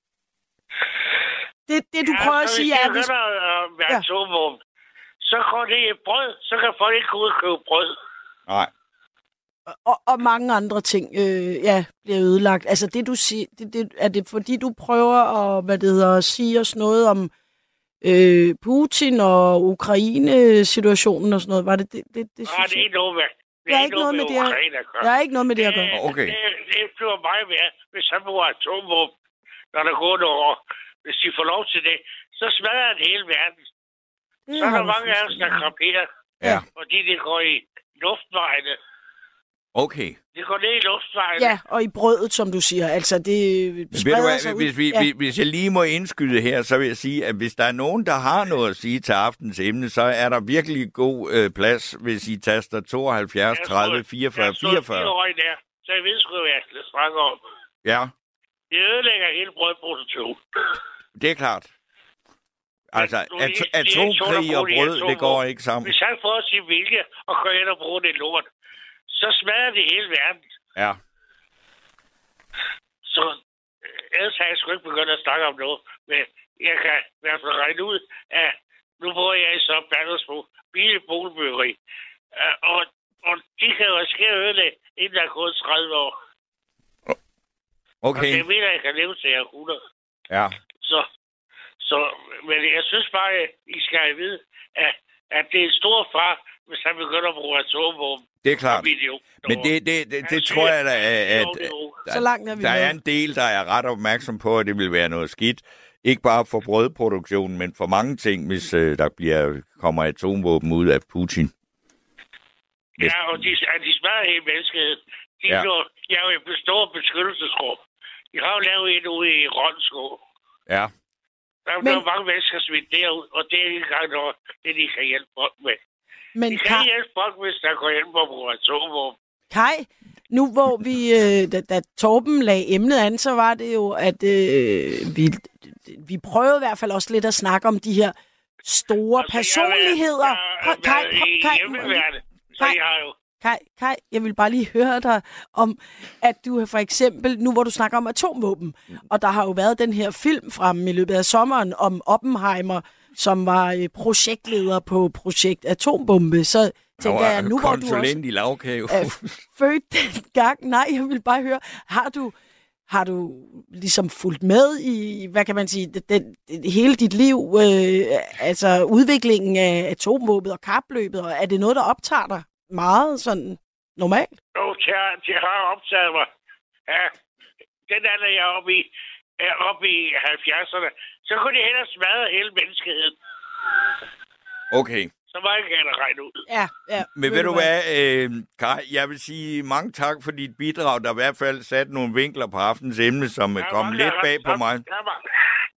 Det, det du prøver at så sige hvis er, de hvis... begynder øh, med Ja. atomvåben, så går det i brød. Så kan folk ikke gå ud og købe brød. Nej. Og, og mange andre ting øh, ja, bliver ødelagt. Altså det du siger, det, det, er det fordi du prøver at, hvad det hedder, at sige os noget om øh, Putin og Ukraine-situationen og sådan noget? Var det det? Det, det, Nej, det er ikke noget med, det Jeg er ikke noget med, det her. Ukraine at gøre. Jeg har ikke noget med det at gøre. Det, Okay. det, det bliver meget værd, hvis han bruger atomvåben, når der går nogle år. Hvis de får lov til det, så smadrer det hele verden. Det Så er har der du mange af os, der fuldstændig ret. kraperer, Ja. fordi det går i luftvejene. Okay. Det går ned i luftvejene. Ja, og i brødet, som du siger. Altså, det Ved du spreder hvad, sig ud. hvis, vi, Ja. ja. hvis jeg lige må indskyde her, så vil jeg sige, at hvis der er nogen, der har noget at sige til aftens emne, så er der virkelig god øh, plads, hvis I taster tooghalvfjerds tredive fireogfyrre Jeg stod fireogfyrre. fire år i der, så jeg ved sgu, hvad jeg skal snakke om. Ja, Det ødelægger hele brødproduktionen. det er klart. Altså, Men du er at, ikke- det er ikke sundt at atomkrig og bruge de brød, det atomvåben. går ikke sammen. Hvis han får sin vilje og går ind og bruger det lort, så smadrer det hele verden. Ja. Så øh, ellers har jeg sgu ikke begyndt at snakke om noget. Men jeg kan i hvert fald regne ud, at nu bor jeg i så Bandersbo, bilboligbyggeri. Uh, og, og de kan jo skære ødelægge, inden der er gået tredive år. Okay. Og det mener jeg kan leve til jeg er hundrede. Ja. Så, så, men jeg synes bare, at I skal have at vide, at, at det er en stor far, hvis han begynder at bruge atomvåben. Det er klart. Video. Men det, det, det, det tror jeg da, at, at Så langt er vi der med. er en del, der er ret opmærksom på, at det vil være noget skidt. Ikke bare for brødproduktionen, men for mange ting, hvis øh, der bliver, kommer atomvåben ud af Putin. Ja, og de, at de smadrer hele menneskeheden. De Ja. ja. Jeg er jo et stort beskyttelsesrum. De har jo lavet et ude i Ronskov. Ja. Der er Men- Men... mange mennesker smidt derud, og det er ikke engang noget, det de kan hjælpe folk med. Men De kan Kai, ikke hjælpe folk, hvis der går hjem og bruger atomvåben. Kai, nu hvor vi, øh, da, da Torben lagde emnet an, så var det jo, at øh, vi, vi prøvede i hvert fald også lidt at snakke om de her store Altså, personligheder. Jeg, jeg, Prøv- jeg, Kai, jeg, prøv- i Kai, hjemmeværnet, så Kai. jeg har jo... Kai, Kai, jeg vil bare lige høre dig om, at du for eksempel, nu hvor du snakker om atomvåben, og der har jo været den her film frem i løbet af sommeren om Oppenheimer, som var øh, projektleder på projekt Atombombe, så tænker jeg, nu hvor du også konsulent i lavkage. er født den gang, nej, jeg vil bare høre, har du, har du ligesom fulgt med i, hvad kan man sige, den, den, hele dit liv, øh, altså udviklingen af atomvåbet og kapløbet, og er det noget, der optager dig meget sådan normalt? Jo, de har, de har optaget mig. Ja, den alder, jeg er oppe i, er oppe i halvfjerdserne, så kunne de hellere smadre hele menneskeheden. Okay. Så meget kan jeg da regne ud. Ja, ja. Men ved du hvad, øh, Kai, jeg vil sige mange tak for dit bidrag, der i hvert fald satte nogle vinkler på aftens emne, som er Der er kommet mange, lidt der har bag den på samme- mig. Der er mange,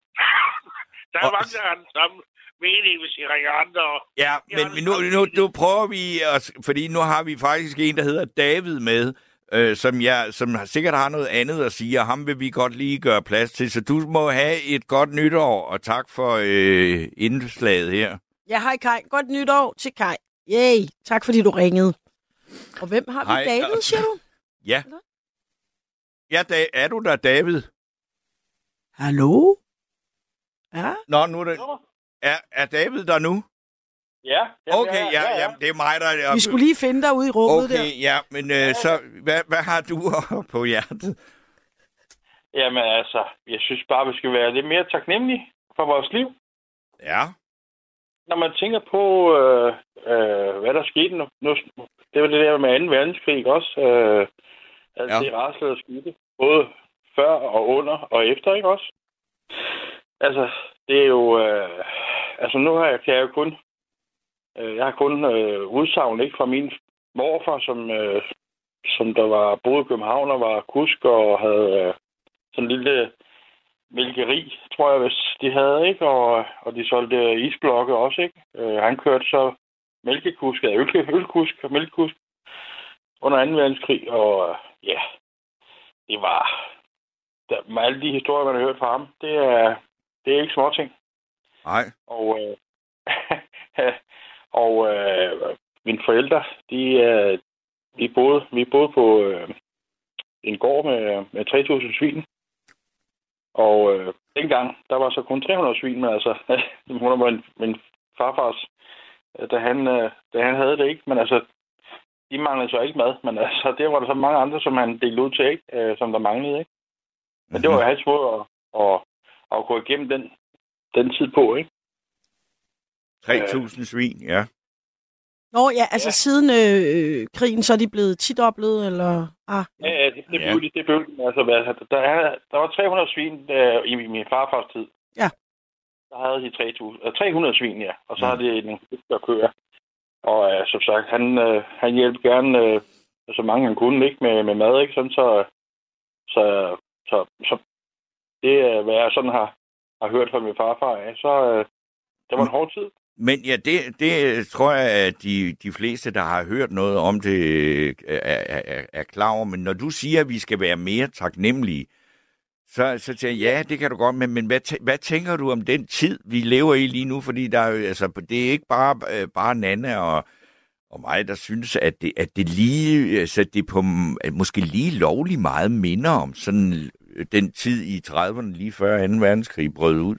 der er Og- mange, der har den samme mening, hvis I ringer andre. Og Ja, Jeg men har men den nu, samme nu, mening. nu prøver vi, at, fordi nu har vi faktisk en, der hedder David med, øh, som, jeg, som sikkert har noget andet at sige, og ham vil vi godt lige gøre plads til. Så du må have et godt nytår, og tak for øh, indslaget her. Ja, hej Kai. Godt nytår til Kai. Yay. Tak fordi du ringede. Og hvem har vi? Hej. David, siger du? Ja. Ja, da, er du der, David? Hallo? Ja? Nå, nu er det... Er, er David der nu? Ja. Okay, ja, ja, ja, det er mig, der er... Vi skulle lige finde dig ude i rummet okay, der. Okay, ja, men øh, så... Hvad, hvad har du på hjertet? Jamen altså, jeg synes bare, vi skal være lidt mere taknemmelige for vores liv. Ja. Når man tænker på, øh, øh, hvad der skete nu, nu, det var det der med anden verdenskrig også. Øh, altså ja. Det rasler der skete, både før og under og efter, ikke også? Altså, det er jo... Øh, altså, nu har jeg, kan jeg jo kun... Øh, jeg har kun øh, udsagn, ikke, fra min morfar, som, øh, som der var boet i København og var kusk og havde øh, sådan en lille mælkeri, tror jeg, hvis de havde, ikke? Og, og de solgte isblokke også, ikke? Øh, han kørte så mælkekusk, eller øl, ølkusk og mælkekusk under anden verdenskrig, og øh, ja, det var... Der, med alle de historier, man har hørt fra ham, det er, det er ikke småting. Nej. Og, øh, og øh, mine forældre, de, øh, de boede, vi boede på øh, en gård med, med tre tusind svin. Og øh, dengang, der var så kun tre hundrede svin, men altså, hun var min, min farfars, da han, øh, da han havde det, ikke? Men altså, de manglede så ikke mad, men altså, der var der så mange andre, som han delte ud til, ikke? Øh, som der manglede, ikke? Men mm-hmm. det var jo hans måde at, at, at gå igennem den, den tid på, ikke? tre tusind svin, ja. Nå ja, altså ja. Siden øh, krigen, så er de blevet tidoblet, eller? Ah, ja, ja, det, det blev de. Det blev de. Altså, der, er, der var tre hundrede svin øh, i min farfars tid. Ja. Der havde de tre tusind, øh, tre hundrede svin, ja. Og så ja. Har de nogle der kører. Og øh, som sagt, han, øh, han hjalp gerne øh, så mange han kunne, ikke? Med, med mad, ikke? Sådan, så, så, så, så det, øh, hvad jeg sådan har, har hørt fra min farfar, ja, så øh, det var en hård tid. Men ja, det, det tror jeg, at de, de fleste, der har hørt noget om det, er, er, er klar over. Men når du siger, at vi skal være mere taknemmelige, så, så tænker jeg, ja, det kan du godt, men, men hvad, hvad tænker du om den tid, vi lever i lige nu? Fordi der er, altså, det er ikke bare, bare Nanne og, og mig, der synes, at det, at det lige, altså, det på måske lige lovlig meget minder om sådan den tid i trediverne, lige før anden verdenskrig brød ud.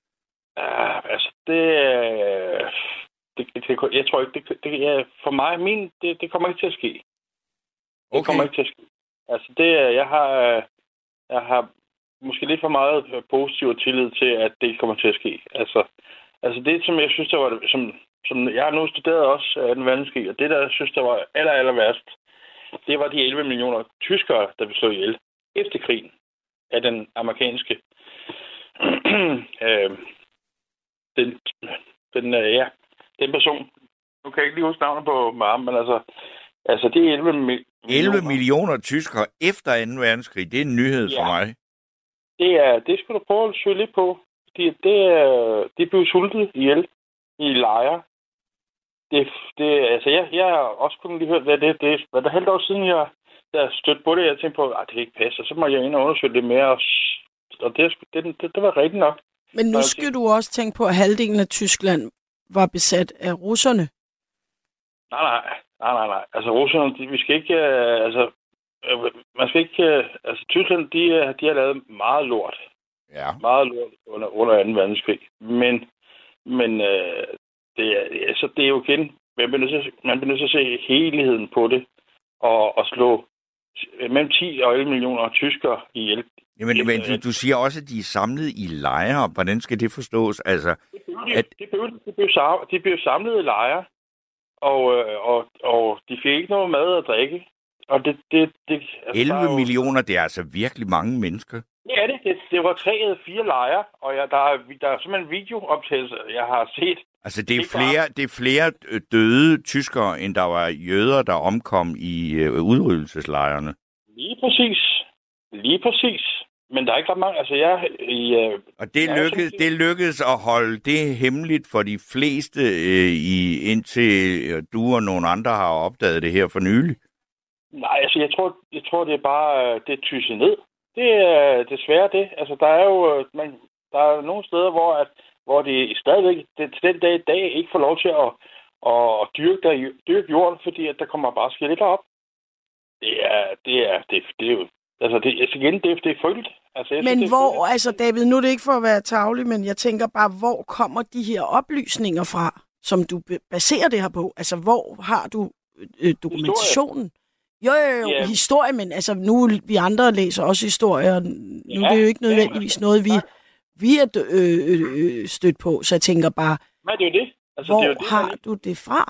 Uh, altså, det, det, det... Jeg tror ikke, det, det er for mig, min, det, det kommer ikke til at ske. Det okay. kommer ikke til at ske. Altså, det, jeg har... Jeg har måske lidt for meget positiv tillid til, at det kommer til at ske. Altså, altså det, som jeg synes, der var... Som, som jeg har nu studeret også af den verdenskrig, og det, der jeg synes, der var aller, aller værst, det var de elleve millioner tyskere, der blev slået ihjel efter krigen af den amerikanske... øh, Den, den, øh, ja, den person, nu kan jeg ikke lige huske navnet på mig, men altså, altså det er elleve millioner. elleve millioner tyskere efter anden verdenskrig, det er en nyhed ja. For mig. Det er, det skal du prøve at søge lidt på. Det, det er, det blev sultet ihjel i lejre. Det, det, altså, jeg, jeg har også kun lige hørt, hvad det, det hvad der halvt år siden, jeg, jeg stødte på det, jeg tænkte på, at det kan ikke passe, og så må jeg ind og undersøge det mere, og, og det, det, det, det var rigtigt nok. Men nu skal du også tænke på, at halvdelen af Tyskland var besat af russerne. Nej, nej, nej, nej, nej. Altså russerne, de, vi skal ikke, uh, altså, uh, man skal ikke, uh, altså Tyskland, de, uh, de har lavet meget lort. Ja. Meget lort under, under anden verdenskrig. Men, men uh, det, er, altså, det er jo igen, man bliver nødt til, man bliver nødt til at se helheden på det, og, og slå mellem ti og elleve millioner tyskere ihjel. Jamen, men du, du siger også, at de er samlet i lejre. Hvordan skal det forstås? Altså, det blev de, at... de, blev, de, blev, de blev samlet i lejre, og, og, og de fik ikke noget mad og drikke. Og det, det, det, altså, elleve jo... millioner, det er altså virkelig mange mennesker. Ja, det, det, det var tre eller fire lejre, og jeg, der, er, der er simpelthen videooptagelser, jeg har set. Altså, det er, flere, det er flere døde tyskere, end der var jøder, der omkom i øh, udryddelseslejrene. Lige præcis. Lige præcis. Men der er ikke ret mange, altså jeg... I, øh, og det lykkedes, det lykkedes at holde det hemmeligt for de fleste, øh, i, indtil øh, du og nogle andre har opdaget det her for nylig? Nej, altså jeg tror, jeg tror det er bare, det er tyset ned. Det er desværre det. Altså der er jo, man, der er nogle steder, hvor, at, hvor de stadigvæk, det, til den dag i dag, ikke får lov til at, at dyrke, der, dyrke jorden, fordi at der kommer bare skeletter op. det er, det er, det, det er jo, altså, det, altså igen, det, det er frygteligt. Altså, men synes, hvor, frygteligt. altså David, nu er det ikke for at være tarvelig, men jeg tænker bare, hvor kommer de her oplysninger fra, som du baserer det her på? Altså, hvor har du øh, dokumentationen? Historie. Jo, jo, jo, yeah. historie, men altså, nu vi andre læser også historier, og nu ja, er det jo ikke nødvendigvis ja, noget, vi, vi er øh, øh, stødt på, så jeg tænker bare, nej, det er jo det. Altså, hvor det er jo det, har man... du det fra?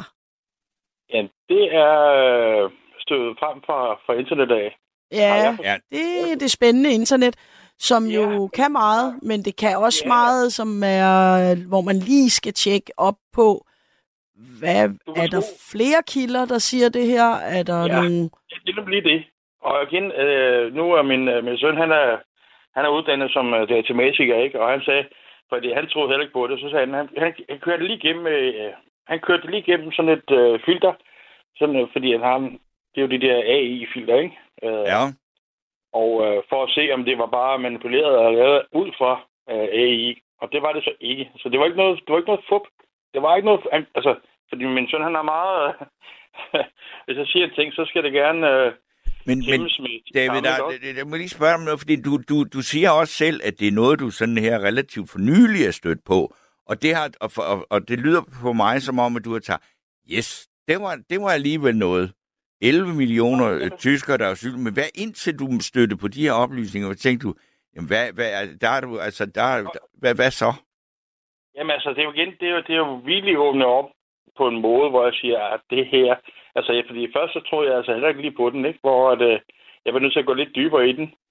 Ja, det er stødet frem fra, fra internet af. Ja, det er det spændende internet, som ja. jo kan meget, men det kan også ja. meget, som er, hvor man lige skal tjekke op på, hvad, er der flere kilder, der siger det her? Er der ja, nogle... det er lige det. Og igen, øh, nu er min, min søn, han er, han er uddannet som uh, datamatiker, ikke? Og han sagde, fordi han troede heller ikke på det, så sagde han, han, han, han kørte lige igennem, øh, han kørte lige igennem sådan et øh, filter, sådan, øh, fordi han har, det er jo de der A I-filter, ikke? Øh, ja. Og øh, for at se, om det var bare manipuleret og lavet ud fra øh, A I. Og det var det så ikke. Så det var ikke noget, det var ikke noget fup. Det var ikke noget, altså, fordi min søn, han er meget, øh, hvis jeg siger en ting, så skal det gerne øh, men, men David, der, der, jeg må lige spørge om noget, fordi du, du, du siger også selv, at det er noget, du sådan her relativt for nylig er stødt på. Og det, har, og, og, og det lyder på mig som om, at du har taget, yes, det var, det var alligevel noget. elleve millioner øh, tyskere, der er syge. Men hvad indtil du støtte på de her oplysninger, hvad tænkte du, jamen hvad, hvad, der er du, altså, der, der hvad, hvad så? Jamen altså, det er jo igen, det er jo, det er jo virkelig åbnet op på en måde, hvor jeg siger, at det her, altså, fordi først så tror jeg altså heller ikke lige på den, ikke? Hvor at, øh, jeg var nødt til at gå lidt dybere i den.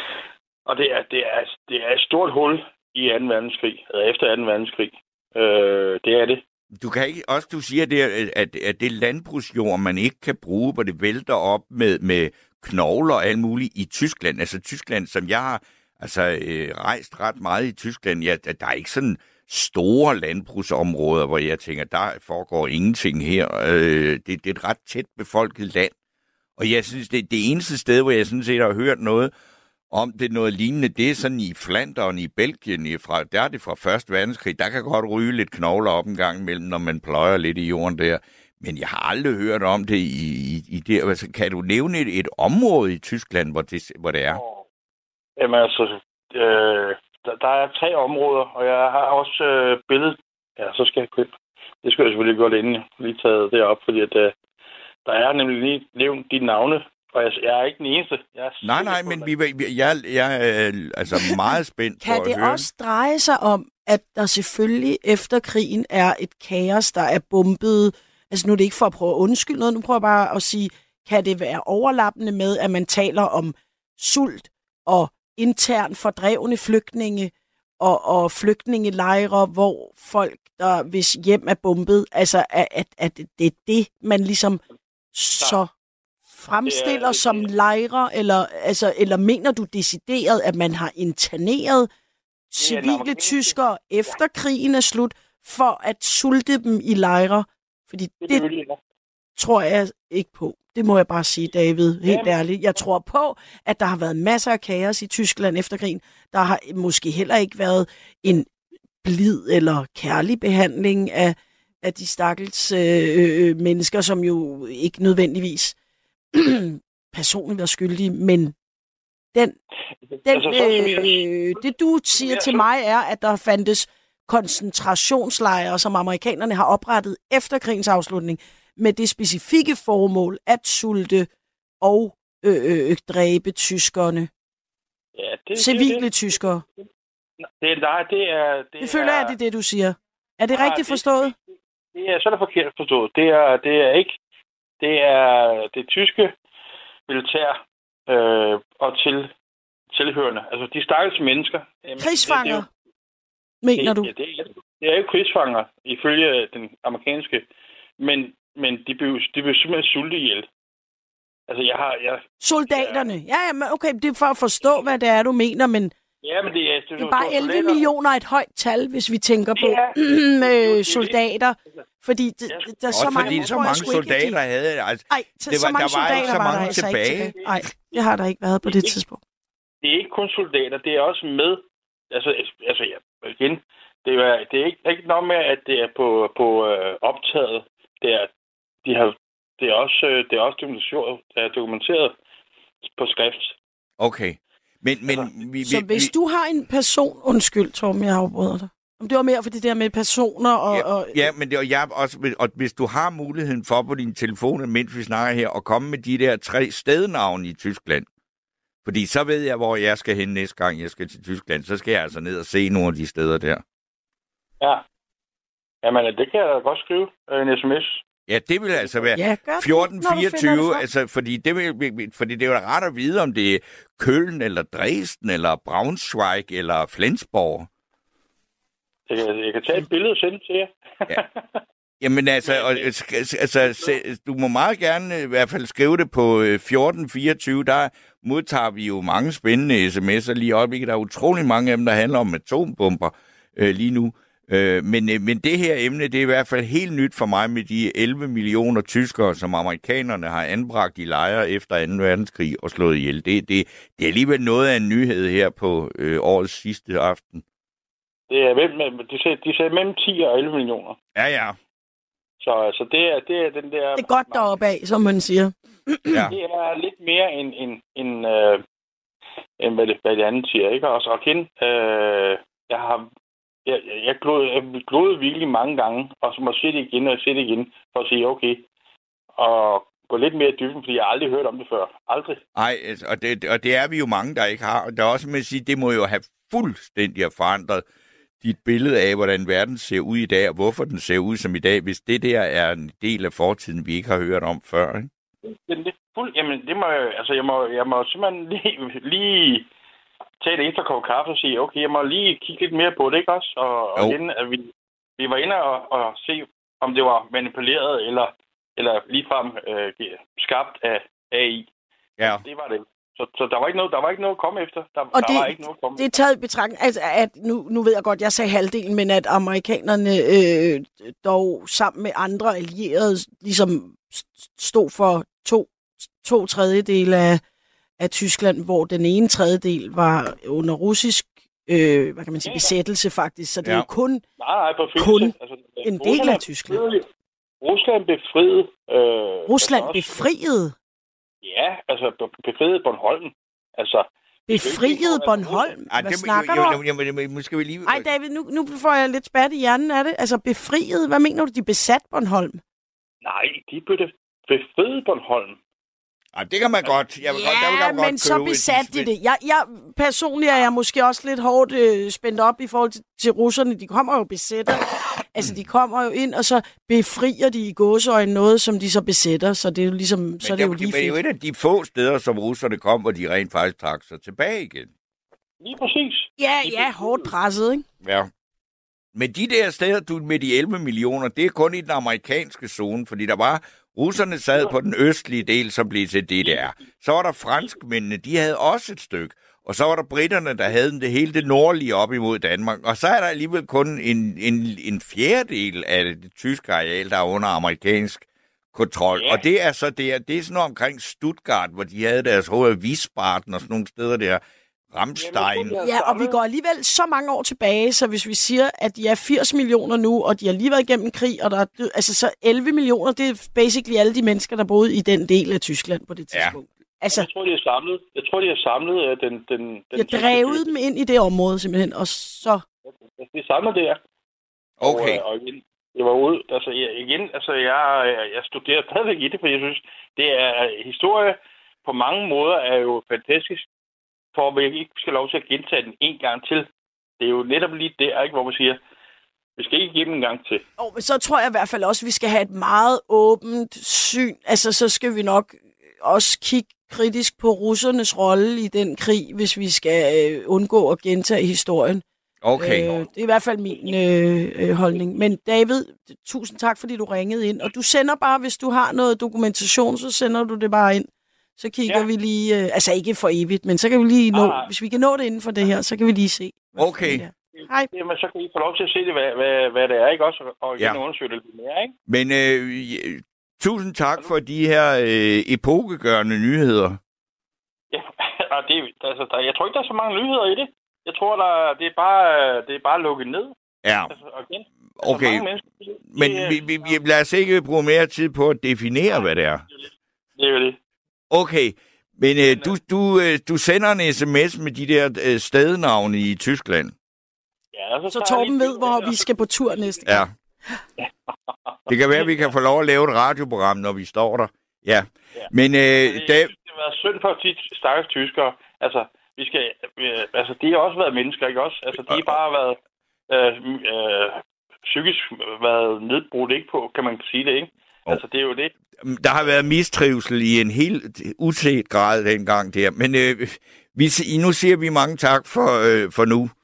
Og det er, det er, det er et stort hul i anden verdenskrig, eller efter anden verdenskrig. Øh, det er det. Du kan ikke også, du siger det, at, at det landbrugsjord, man ikke kan bruge, hvor det vælter op med, med knogler og alt muligt i Tyskland. Altså Tyskland, som jeg har altså, øh, rejst ret meget i Tyskland, ja, der er ikke sådan store landbrugsområder, hvor jeg tænker, der foregår ingenting her. Øh, det, det er et ret tæt befolket land. Og jeg synes, det er det eneste sted, hvor jeg sådan set har hørt noget om det noget lignende, det er sådan i Flandern, i Belgien, i fra, der er det fra første verdenskrig, der kan godt ryge lidt knogler op en gang imellem, når man pløjer lidt i jorden der. Men jeg har aldrig hørt om det i, i, i det. Altså, kan du nævne et, et område i Tyskland, hvor det, hvor det er? Jamen altså, øh, der, der er tre områder, og jeg har også øh, billedet. Ja, så skal jeg købe. Det skal jeg selvfølgelig godt inden jeg lige taget det op, fordi at, øh, der er nemlig lige nævnt de navne. Og jeg, jeg er ikke den eneste. Jeg er nej, nej, men vi, jeg, jeg er altså meget spændt kan på at det høre. også dreje sig om, at der selvfølgelig efter krigen er et kaos, der er bombet? Altså nu er det ikke for at prøve at undskylde noget, nu prøver jeg bare at sige, kan det være overlappende med, at man taler om sult og intern fordrevne flygtninge og, og flygtningelejre, hvor folk, der hvis hjem er bombet, altså at, at, at det er det, man ligesom så fremstiller er, som lejre, eller, altså, eller mener du decideret, at man har interneret civile tyskere efter krigen er slut, for at sulte dem i lejre? Fordi det, det tror jeg ikke på. Det må jeg bare sige, David, helt ja. ærligt. Jeg tror på, at der har været masser af kaos i Tyskland efter krigen. Der har måske heller ikke været en blid eller kærlig behandling af, af de stakkels øh, mennesker, som jo ikke nødvendigvis personligt var skyldige, men den, den altså, øh, det du siger til mig er, at der fandtes koncentrationslejre, som amerikanerne har oprettet efter krigens afslutning, med det specifikke formål at sulte og øh, øh, dræbe tyskerne. Ja, det, civile det, det, tyskere. Det, nej, det er... Det, det føler jeg, det er det, du siger. Er det nej, rigtigt forstået? Det, det, det er så er det forkert forstået. Det er, det er ikke... Det er det tyske militær øh, og til, tilhørende. Altså, de stakkels mennesker... Krigsfanger, det, det, mener det, du? Ja, det, er, det er jo krigsfanger, ifølge den amerikanske. Men, men de blev, de blev simpelthen sultet ihjel. Altså, jeg har... Jeg, Soldaterne? Ja, ja, men okay, det er for at forstå, hvad det er, du mener, men... Ja, men det er... Det, det er bare elleve soldater. Millioner et højt tal, hvis vi tænker på ja, med soldater. Fordi det, ja. der er så også mange, fordi så mange soldater ikke, havde... Altså, Ej, det var, så mange der var soldater ikke så mange var der tilbage. Altså ikke Nej, det har der ikke været på det, det tidspunkt. Det er ikke kun soldater, det er også med... Altså, altså ja, igen, det er, det er ikke, ikke nok med, at det er på, på øh, optaget. Det er, de har det er også, det er også dokumenteret, dokumenteret på skrift. Okay. Men, men, vi, vi, så hvis vi, du har en person... Undskyld, Torben, jeg afbryder dig. Om det var mere for det der med personer og... Ja, og, ja men det, og, jeg også, og hvis du har muligheden for på din telefon, mens vi snakker her, at komme med de der tre stednavne i Tyskland, fordi så ved jeg, hvor jeg skal hen næste gang, jeg skal til Tyskland. Så skal jeg altså ned og se nogle af de steder der. Ja. Jamen, det kan jeg da godt skrive en sms. Ja, det vil altså være ja, fjorten fireogtyve, altså, fordi det, vil, fordi det er jo ret at vide, om det er Køln, eller Dresden, eller Braunschweig, eller Flensborg. Jeg kan, jeg kan tage et billede og sende til jer. Ja. Jamen altså, og, altså, du må meget gerne i hvert fald skrive det på fjorten fireogtyve, der modtager vi jo mange spændende sms'er lige op. Der er utrolig mange af dem, der handler om atombomber øh, lige nu. Øh, men, men det her emne, det er i hvert fald helt nyt for mig med de elleve millioner tyskere, som amerikanerne har anbragt i lejre efter anden verdenskrig og slået ihjel. Det, det, det er alligevel noget af en nyhed her på øh, årets sidste aften. Det er mellem, de sagde, de sagde mellem ti og elleve millioner. Ja, ja. Så altså, det er, det er den der... Det er godt deroppe af, som man siger. Ja. Det er lidt mere end, end, end, øh, end hvad, det, hvad det andet siger, ikke? Og så igen, øh, jeg har... Jeg, jeg, glod, jeg glodede virkelig mange gange, og så må jeg se det igen og se det igen, for at sige, okay, og gå lidt mere i dybden, fordi jeg har aldrig hørt om det før. Aldrig. Nej, og det, og det er vi jo mange, der ikke har. Der er også med at sige, det må jo have fuldstændig forandret dit billede af, hvordan verden ser ud i dag, og hvorfor den ser ud som i dag, hvis det der er en del af fortiden, vi ikke har hørt om før, ikke? Det, det, fuld, jamen, det må jeg, altså, jeg må, jeg må simpelthen lige... lige tage det ekstra kop kaffe og sige, okay, jeg må lige kigge lidt mere på det, ikke også? Og, og igen, at vi, vi var inde og, og se, om det var manipuleret eller, eller ligefrem øh, skabt af A I. Ja. Det var det. Så, så der var ikke noget, der var ikke noget at komme efter. Der, og der det, var ikke noget at komme det er taget i betragtning, altså at nu, nu ved jeg godt, jeg sagde halvdelen, men at amerikanerne øh, dog sammen med andre allierede ligesom stod for to, to tredjedele af af Tyskland, hvor den ene tredjedel var under russisk øh, hvad kan man sige, besættelse faktisk, så det ja. er jo kun, nej, nej, kun altså, en del af Tyskland. Rusland befriede... Øh, Rusland altså befriede? Ja, altså befriede Bornholm. Altså... Befriede Bornholm? Hvad det, snakker jo, du om? Jo, jo, måske vi lige... Ej, David, nu, nu får jeg lidt spat i hjernen af det. Altså befriede, hvad mener du, de besat Bornholm? Nej, de befriede Bornholm. Ej, det kan man godt. Jeg vil ja, godt, der vil jeg men godt så besatte de det. Jeg, jeg, personligt er jeg måske også lidt hårdt øh, spændt op i forhold til, til russerne. De kommer jo besætter. Altså, de kommer jo ind, og så befrier de i gåseøjne noget, som de så besætter. Så det er jo ligesom, men så er det jo lige fedt. Men det er jo et af de få steder, som russerne kom, hvor de rent faktisk trak sig tilbage igen. Lige præcis. Ja, ja, hårdt presset, ikke? Ja. Men de der steder, du med de elleve millioner, det er kun i den amerikanske zone, fordi der var... Russerne sad på den østlige del, som blev til D D R. Så var der franskmændene, de havde også et stykke. Og så var der britterne, der havde det hele det nordlige op imod Danmark. Og så er der alligevel kun en, en, en fjerdedel af det tyske areal, der er under amerikansk kontrol. Yeah. Og det er så der, det er sådan noget omkring Stuttgart, hvor de havde deres H R Wiesbaden og sådan nogle steder der. Ramstein. Ja, og vi går alligevel så mange år tilbage, så hvis vi siger, at de er firs millioner nu, og de har lige været igennem krig, og der er, altså så elleve millioner, det er basically alle de mennesker, der boede i den del af Tyskland på det tidspunkt. Ja. Altså, jeg tror, de har samlet, jeg tror, de har samlet uh, den... den, den jeg drevet dem ind i det område simpelthen, og så... De er samlet der. Okay. Og, og igen, jeg var ude, altså jeg, igen, altså jeg, jeg studerer stadigvæk i det, for jeg synes, det er historie på mange måder er jo fantastisk, for at vi ikke skal lov til at gentage den en gang til. Det er jo netop lige der, ikke, hvor man siger, vi skal ikke give den en gang til. Oh, men så tror jeg i hvert fald også, at vi skal have et meget åbent syn. Altså, så skal vi nok også kigge kritisk på russernes rolle i den krig, hvis vi skal øh, undgå at gentage historien. Okay. Øh, det er i hvert fald min øh, øh, holdning. Men David, tusind tak, fordi du ringede ind. Og du sender bare, hvis du har noget dokumentation, så sender du det bare ind. Så kigger ja. vi lige, øh, altså ikke for evigt, men så kan vi lige nå, ah, hvis vi kan nå det inden for det her, så kan vi lige se. Okay. Hej. Jamen, så kan I få lov til at se det, hvad, hvad, hvad det er, ikke også? Og igen ja. undersøge det lidt mere, ikke? Men øh, tusind tak for de her øh, epokegørende nyheder. Ja, det, altså, der, jeg tror ikke, der er så mange nyheder i det. Jeg tror, der, det, er bare, det er bare lukket ned. Ja. Altså, igen, okay. Altså, men det, vi, vi, vi, lad os ikke bruge mere tid på at definere, hvad det er. Det er jo det. Okay, men øh, du, du, øh, du sender en sms med de der øh, stednavne i Tyskland. Ja, så, Så Torben ved, hvor vi skal på tur næste gang. Ja. Det kan være, at vi kan få lov at lave et radioprogram, når vi står der. Ja, ja. Men øh, det, da... det har været synd for de stakkels tyskere. Altså, vi skal, øh, altså, de har også været mennesker, ikke også? Altså, de har bare været øh, øh, psykisk været nedbrudt, ikke på, kan man sige det, ikke? Oh. Altså, det er jo det. Der har været mistrivsel i en helt uset grad dengang der. Men øh, vi, nu siger vi mange tak for, øh, for nu.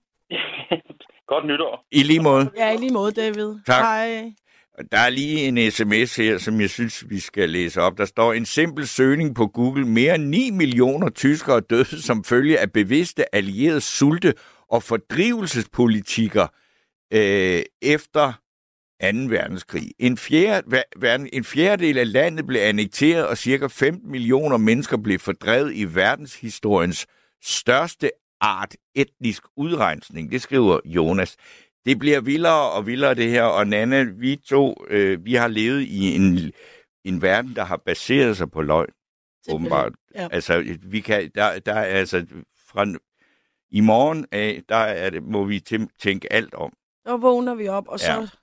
Godt nytår. I lige måde. Ja, i lige måde, David. Tak. Hej. Der er lige en sms her, som jeg synes, vi skal læse op. Der står en simpel søgning på Google. Mere end ni millioner tyskere døde som følge af bevidste allierede sulte- og fordrivelsespolitikker øh, efter anden verdenskrig. En, fjerde, verden, en fjerdedel af landet blev annekteret, og cirka femten millioner mennesker blev fordrevet i verdenshistoriens største art etnisk udrensning. Det skriver Jonas. Det bliver vildere og vildere, det her. Og Nanna, vi to, øh, vi har levet i en, en verden, der har baseret sig på løgn. Åbenbart. Ja. Altså, vi kan, der, der er altså, fra i morgen af, der er det, må vi tænke alt om. Så vågner vi op, og så, ja.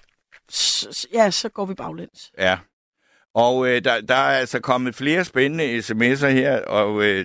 så, ja, så går vi baglæns. Ja. Og øh, der, der er altså kommet flere spændende sms'er her, og øh,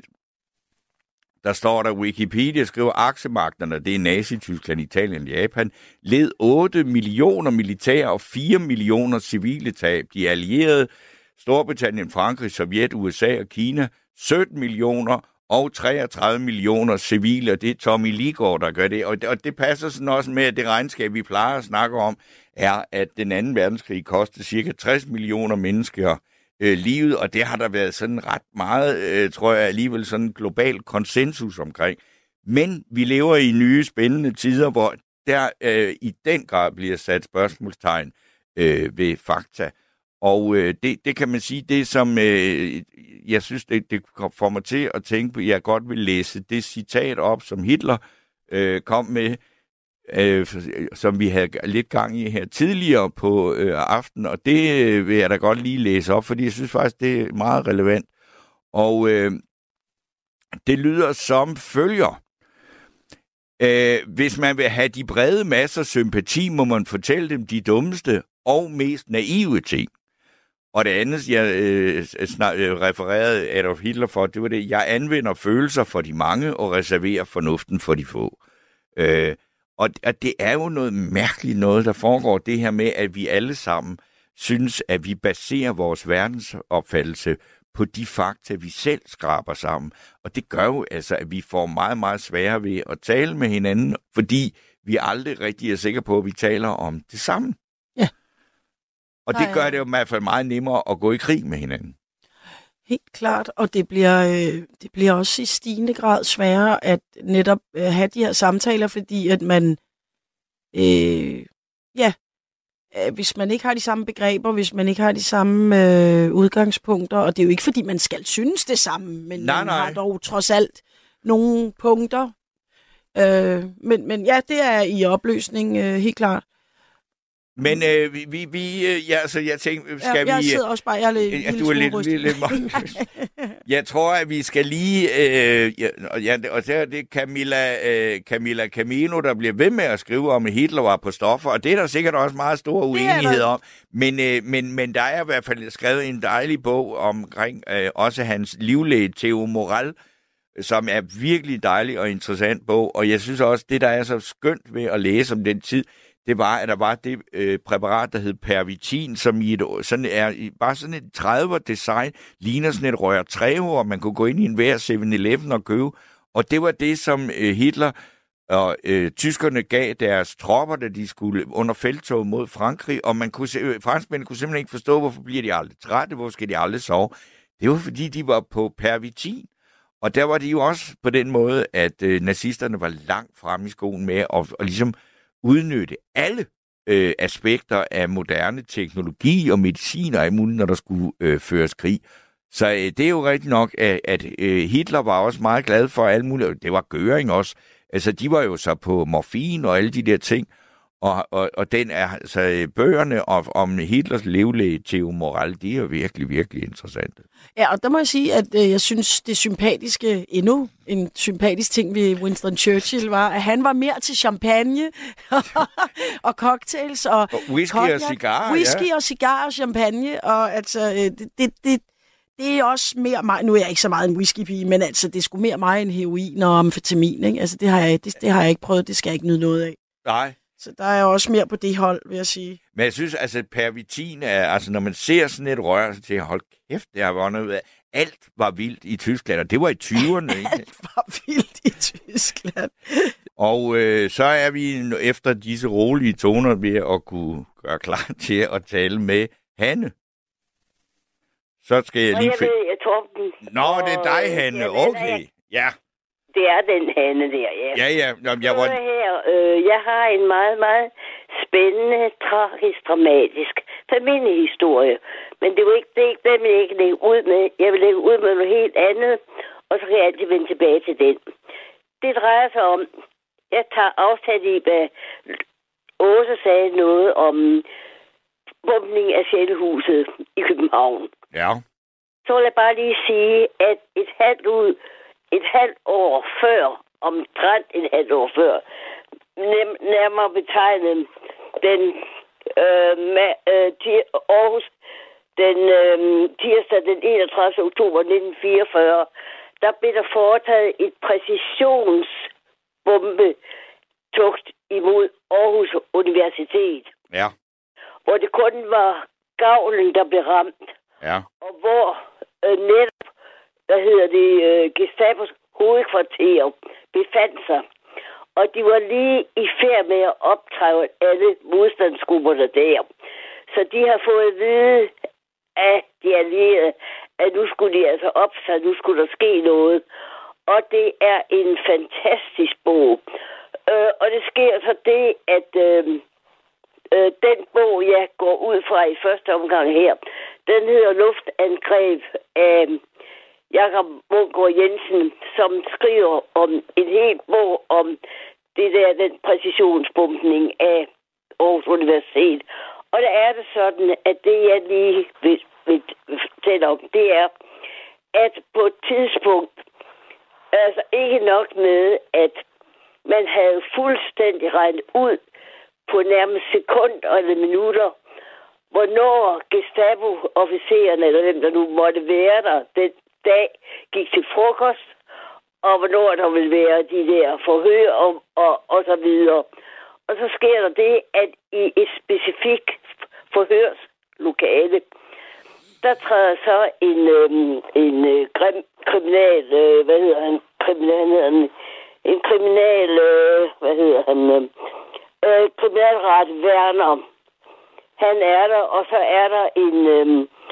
der står der, Wikipedia skriver, aksemagterne, det er Nazi-Tyskland, Italien, Japan, led otte millioner militære og fire millioner civile tab. De allierede, Storbritannien, Frankrig, Sovjet, U S A og Kina, sytten millioner og treogtredive millioner civile, og det er Tommy Ligård, der gør det. Og, det. og det passer sådan også med, at det regnskab, vi plejer at snakke om, er, at den anden verdenskrig kostede cirka tres millioner mennesker øh, livet, og det har der været sådan ret meget, øh, tror jeg, alligevel sådan en global konsensus omkring. Men vi lever i nye, spændende tider, hvor der øh, i den grad bliver sat spørgsmålstegn øh, ved fakta. Og øh, det, det kan man sige, det som øh, jeg synes, det, det får mig til at tænke på, at jeg godt vil læse det citat op, som Hitler øh, kom med, øh, som vi havde lidt gang i her tidligere på øh, aftenen, og det øh, vil jeg da godt lige læse op, fordi jeg synes faktisk, det er meget relevant. Og øh, det lyder som følger. Øh, hvis man vil have de brede masser sympati, må man fortælle dem de dummeste og mest naive ting. Og det andet, jeg øh, snart, øh, refererede Adolf Hitler for, det var det, jeg anvender følelser for de mange og reserverer fornuften for de få. Øh, og, og det er jo noget mærkeligt noget, der foregår, det her med, at vi alle sammen synes, at vi baserer vores verdensopfattelse på de fakta, vi selv skraber sammen. Og det gør jo altså, at vi får meget, meget sværere ved at tale med hinanden, fordi vi aldrig rigtig er sikre på, at vi taler om det samme. Ja. Og det gør det jo i hvert fald meget nemmere at gå i krig med hinanden. Helt klart, og det bliver, øh, det bliver også i stigende grad sværere at netop øh, have de her samtaler, fordi at man, øh, ja, øh, hvis man ikke har de samme begreber, hvis man ikke har de samme øh, udgangspunkter, og det er jo ikke fordi man skal synes det samme, men nej, man nej. har dog trods alt nogle punkter. Øh, men, men ja, det er i opløsning, øh, helt klart. Men øh, vi, vi, vi ja, altså, jeg tænker, skal ja, vi... Jeg sidder også bare, jeg er lidt, ja, du er lidt, lidt, lidt Jeg tror, at vi skal lige... Øh, ja, og så er det Camilla, øh, Camilla Camino, der bliver ved med at skrive om, at Hitler var på stoffer, og det er der sikkert også meget stor uenighed om. Men, øh, men, men der er i hvert fald skrevet en dejlig bog omkring øh, også hans livlæge, Theo Moral, som er virkelig dejlig og interessant bog, og jeg synes også, det der er så skønt ved at læse om den tid, det var, at der var det øh, præparat, der hed Pervitin, som i et, sådan er, bare sådan et trediver-design, ligner sådan et rør træhår, man kunne gå ind i en hver syv eleven og købe. Og det var det, som øh, Hitler og øh, tyskerne gav deres tropper, da de skulle under felttog mod Frankrig, og man kunne se, øh, franskmændene kunne simpelthen ikke forstå, hvorfor bliver de aldrig trætte, hvorfor skal de aldrig sove. Det var, fordi de var på Pervitin. Og der var de jo også på den måde, at øh, nazisterne var langt fremme i skoen med at og ligesom udnytte alle øh, aspekter af moderne teknologi og medicin og alt muligt, når der skulle øh, føres krig. Så øh, det er jo rigtigt nok, at, at øh, Hitler var også meget glad for alt muligt. Det var Göring også. Altså, de var jo så på morfin og alle de der ting. Og, og, og den er, altså, bøgerne om, om Hitlers livlæge, Theo Morell, de er jo virkelig, virkelig interessante. Ja, og der må jeg sige, at øh, jeg synes, det sympatiske, endnu en sympatisk ting ved Winston Churchill, var, at han var mere til champagne og cocktails og, og whisky cognac, og cigarer. Whisky ja. og cigarer og champagne, og altså, øh, det, det, det, det er også mere mig. Nu er jeg ikke så meget en whiskypige, men altså, det er sgu mere mig end heroin og amfetamin, ikke? Altså, det har, jeg, det, det har jeg ikke prøvet, det skal jeg ikke nyde noget af. Nej. Så der er også mere på det hold, vil jeg sige. Men jeg synes, altså, pervitin er, altså, når man ser sådan et rør, så tænker jeg, hold kæft, det har vundet ud af. Alt var vildt i Tyskland, og det var i tyverne, ikke? Alt var vildt i Tyskland. Og øh, så er vi efter disse rolige toner ved at kunne gøre klar til at tale med Hanne. Så skal jeg lige... F- jeg ved, Torben. Nå, det er dig, Hanne. Okay, ja. Det er den Hanne der, ja. Ja, ja. Jamen, jeg, var... her, øh, jeg har en meget, meget spændende, tragisk, dramatisk familiehistorie. Men det er jo ikke, det er ikke den, jeg ikke lægge ud med. Jeg vil lægge ud med noget helt andet, og så kan jeg altid vende tilbage til den. Det drejer sig om, jeg tager afsat i, hvad Åse sagde noget om bombning af Sjælhuset i København. Ja. Så vil jeg bare lige sige, at et halvt ud Et halvt år før, omtrent et halvt år før, nem, nærmere betegnet den øh, med, øh, tir, Aarhus, den øh, tirsdag den enogtredivte oktober nitten fireogfyrre, der blev der foretaget et præcisionsbombetugt imod Aarhus Universitet. Ja. Hvor det kun var gavlen, der blev ramt. Ja. Og hvor øh, netop hvad hedder det, uh, Gestapos hovedkvarter befandt sig. Og de var lige i færd med at optræve alle modstandsgrupperne der. Så de har fået at vide af de allierede, at nu skulle de altså op sig, nu skulle der ske noget. Og det er en fantastisk bog. Uh, og det sker så det, at uh, uh, den bog, jeg går ud fra i første omgang her, den hedder Luftangreb af Jakob Bunker Jensen, som skriver om en hel bog om det der, den præcisionsbombning af Aarhus Universitet. Og der er det sådan, at det jeg lige vil, vil fortælle om, det er, at på et tidspunkt, altså ikke nok med, at man havde fuldstændig regnet ud på nærmest sekunder eller minutter, hvornår Gestapo-officererne, eller hvem der nu måtte være der, den dag gik til frokost, og hvornår der vil være de der forhør og, og, og så videre. Og så sker der det, at i et specifikt forhørslokale, der træder så en, øhm, en øh, grim, kriminal, øh, hvad hedder han, kriminal, hedder han, en kriminal, øh, hvad hedder han, øh, kriminalret Werner. Han er der, og så er der en, øh,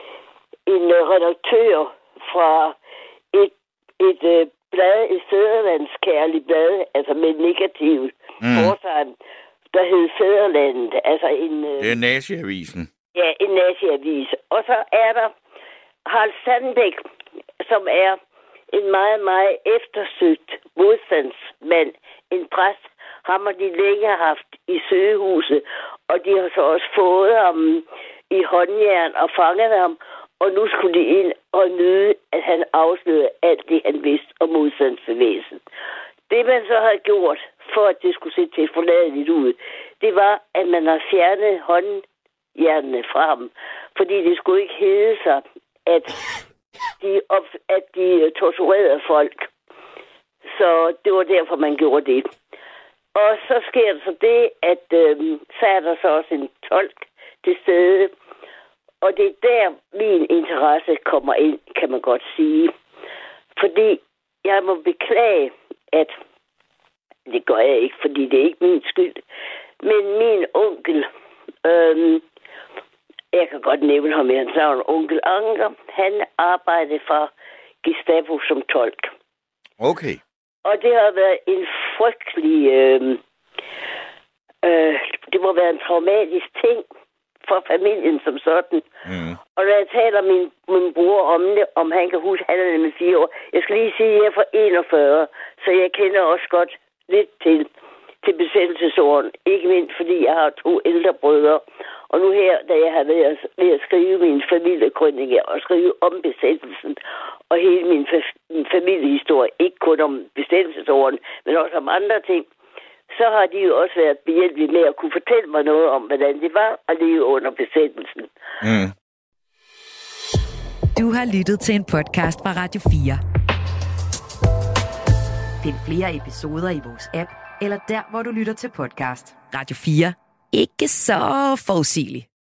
en redaktør fra et, et øh, blad, et fædrelandskærligt blad, altså med negativt mm. fortegn, der hed Fædrelandet, altså en... Øh, det er naziavisen. Ja, en naziavis. Og så er der Harald Sandbæk, som er en meget, meget eftersøgt modstandsmand, en præst. Ham har de længe haft i Søgehuset, og de har så også fået ham i håndjern og fanget ham, og nu skulle de ind og nyde, at han afslørede alt det, han vidste om modstandsbevægelsen. Det, man så har gjort, for at det skulle se til forladeligt ud, det var, at man har fjernet håndjernene fra ham, fordi det skulle ikke hedde sig, at de, op, at de torturerede folk. Så det var derfor, man gjorde det. Og så sker der så det, at øh, så er der så også en tolk til stede. Og det er der, min interesse kommer ind, kan man godt sige. Fordi jeg må beklage, at det gør jeg ikke, fordi det er ikke min skyld. Men min onkel, øh, jeg kan godt nævne ham i hans navn, onkel Anker, han arbejdede for Gestapo som tolk. Okay. Og det har været en frygtelig, øh, øh, det må være en traumatisk ting for familien som sådan. Mm. Og når jeg taler med min, min bror om det, om han kan huske, han er med fire år. Jeg skal lige sige, at jeg er fra enogfyrre, så jeg kender også godt lidt til til besættelsesåren. Ikke mindst, fordi jeg har to ældre brødre. Og nu her, da jeg har været ved at skrive min familiekrønninger og skrive om besættelsen og hele min, fa- min familiehistorie, ikke kun om besættelsesåren, men også om andre ting, så har de jo også været behjælpelige med at kunne fortælle mig noget om, hvordan det var at leve under besættelsen. Mm. Du har lyttet til en podcast fra Radio fire. Find flere episoder i vores app, eller der, hvor du lytter til podcast. Radio fire. Ikke så forudsigeligt.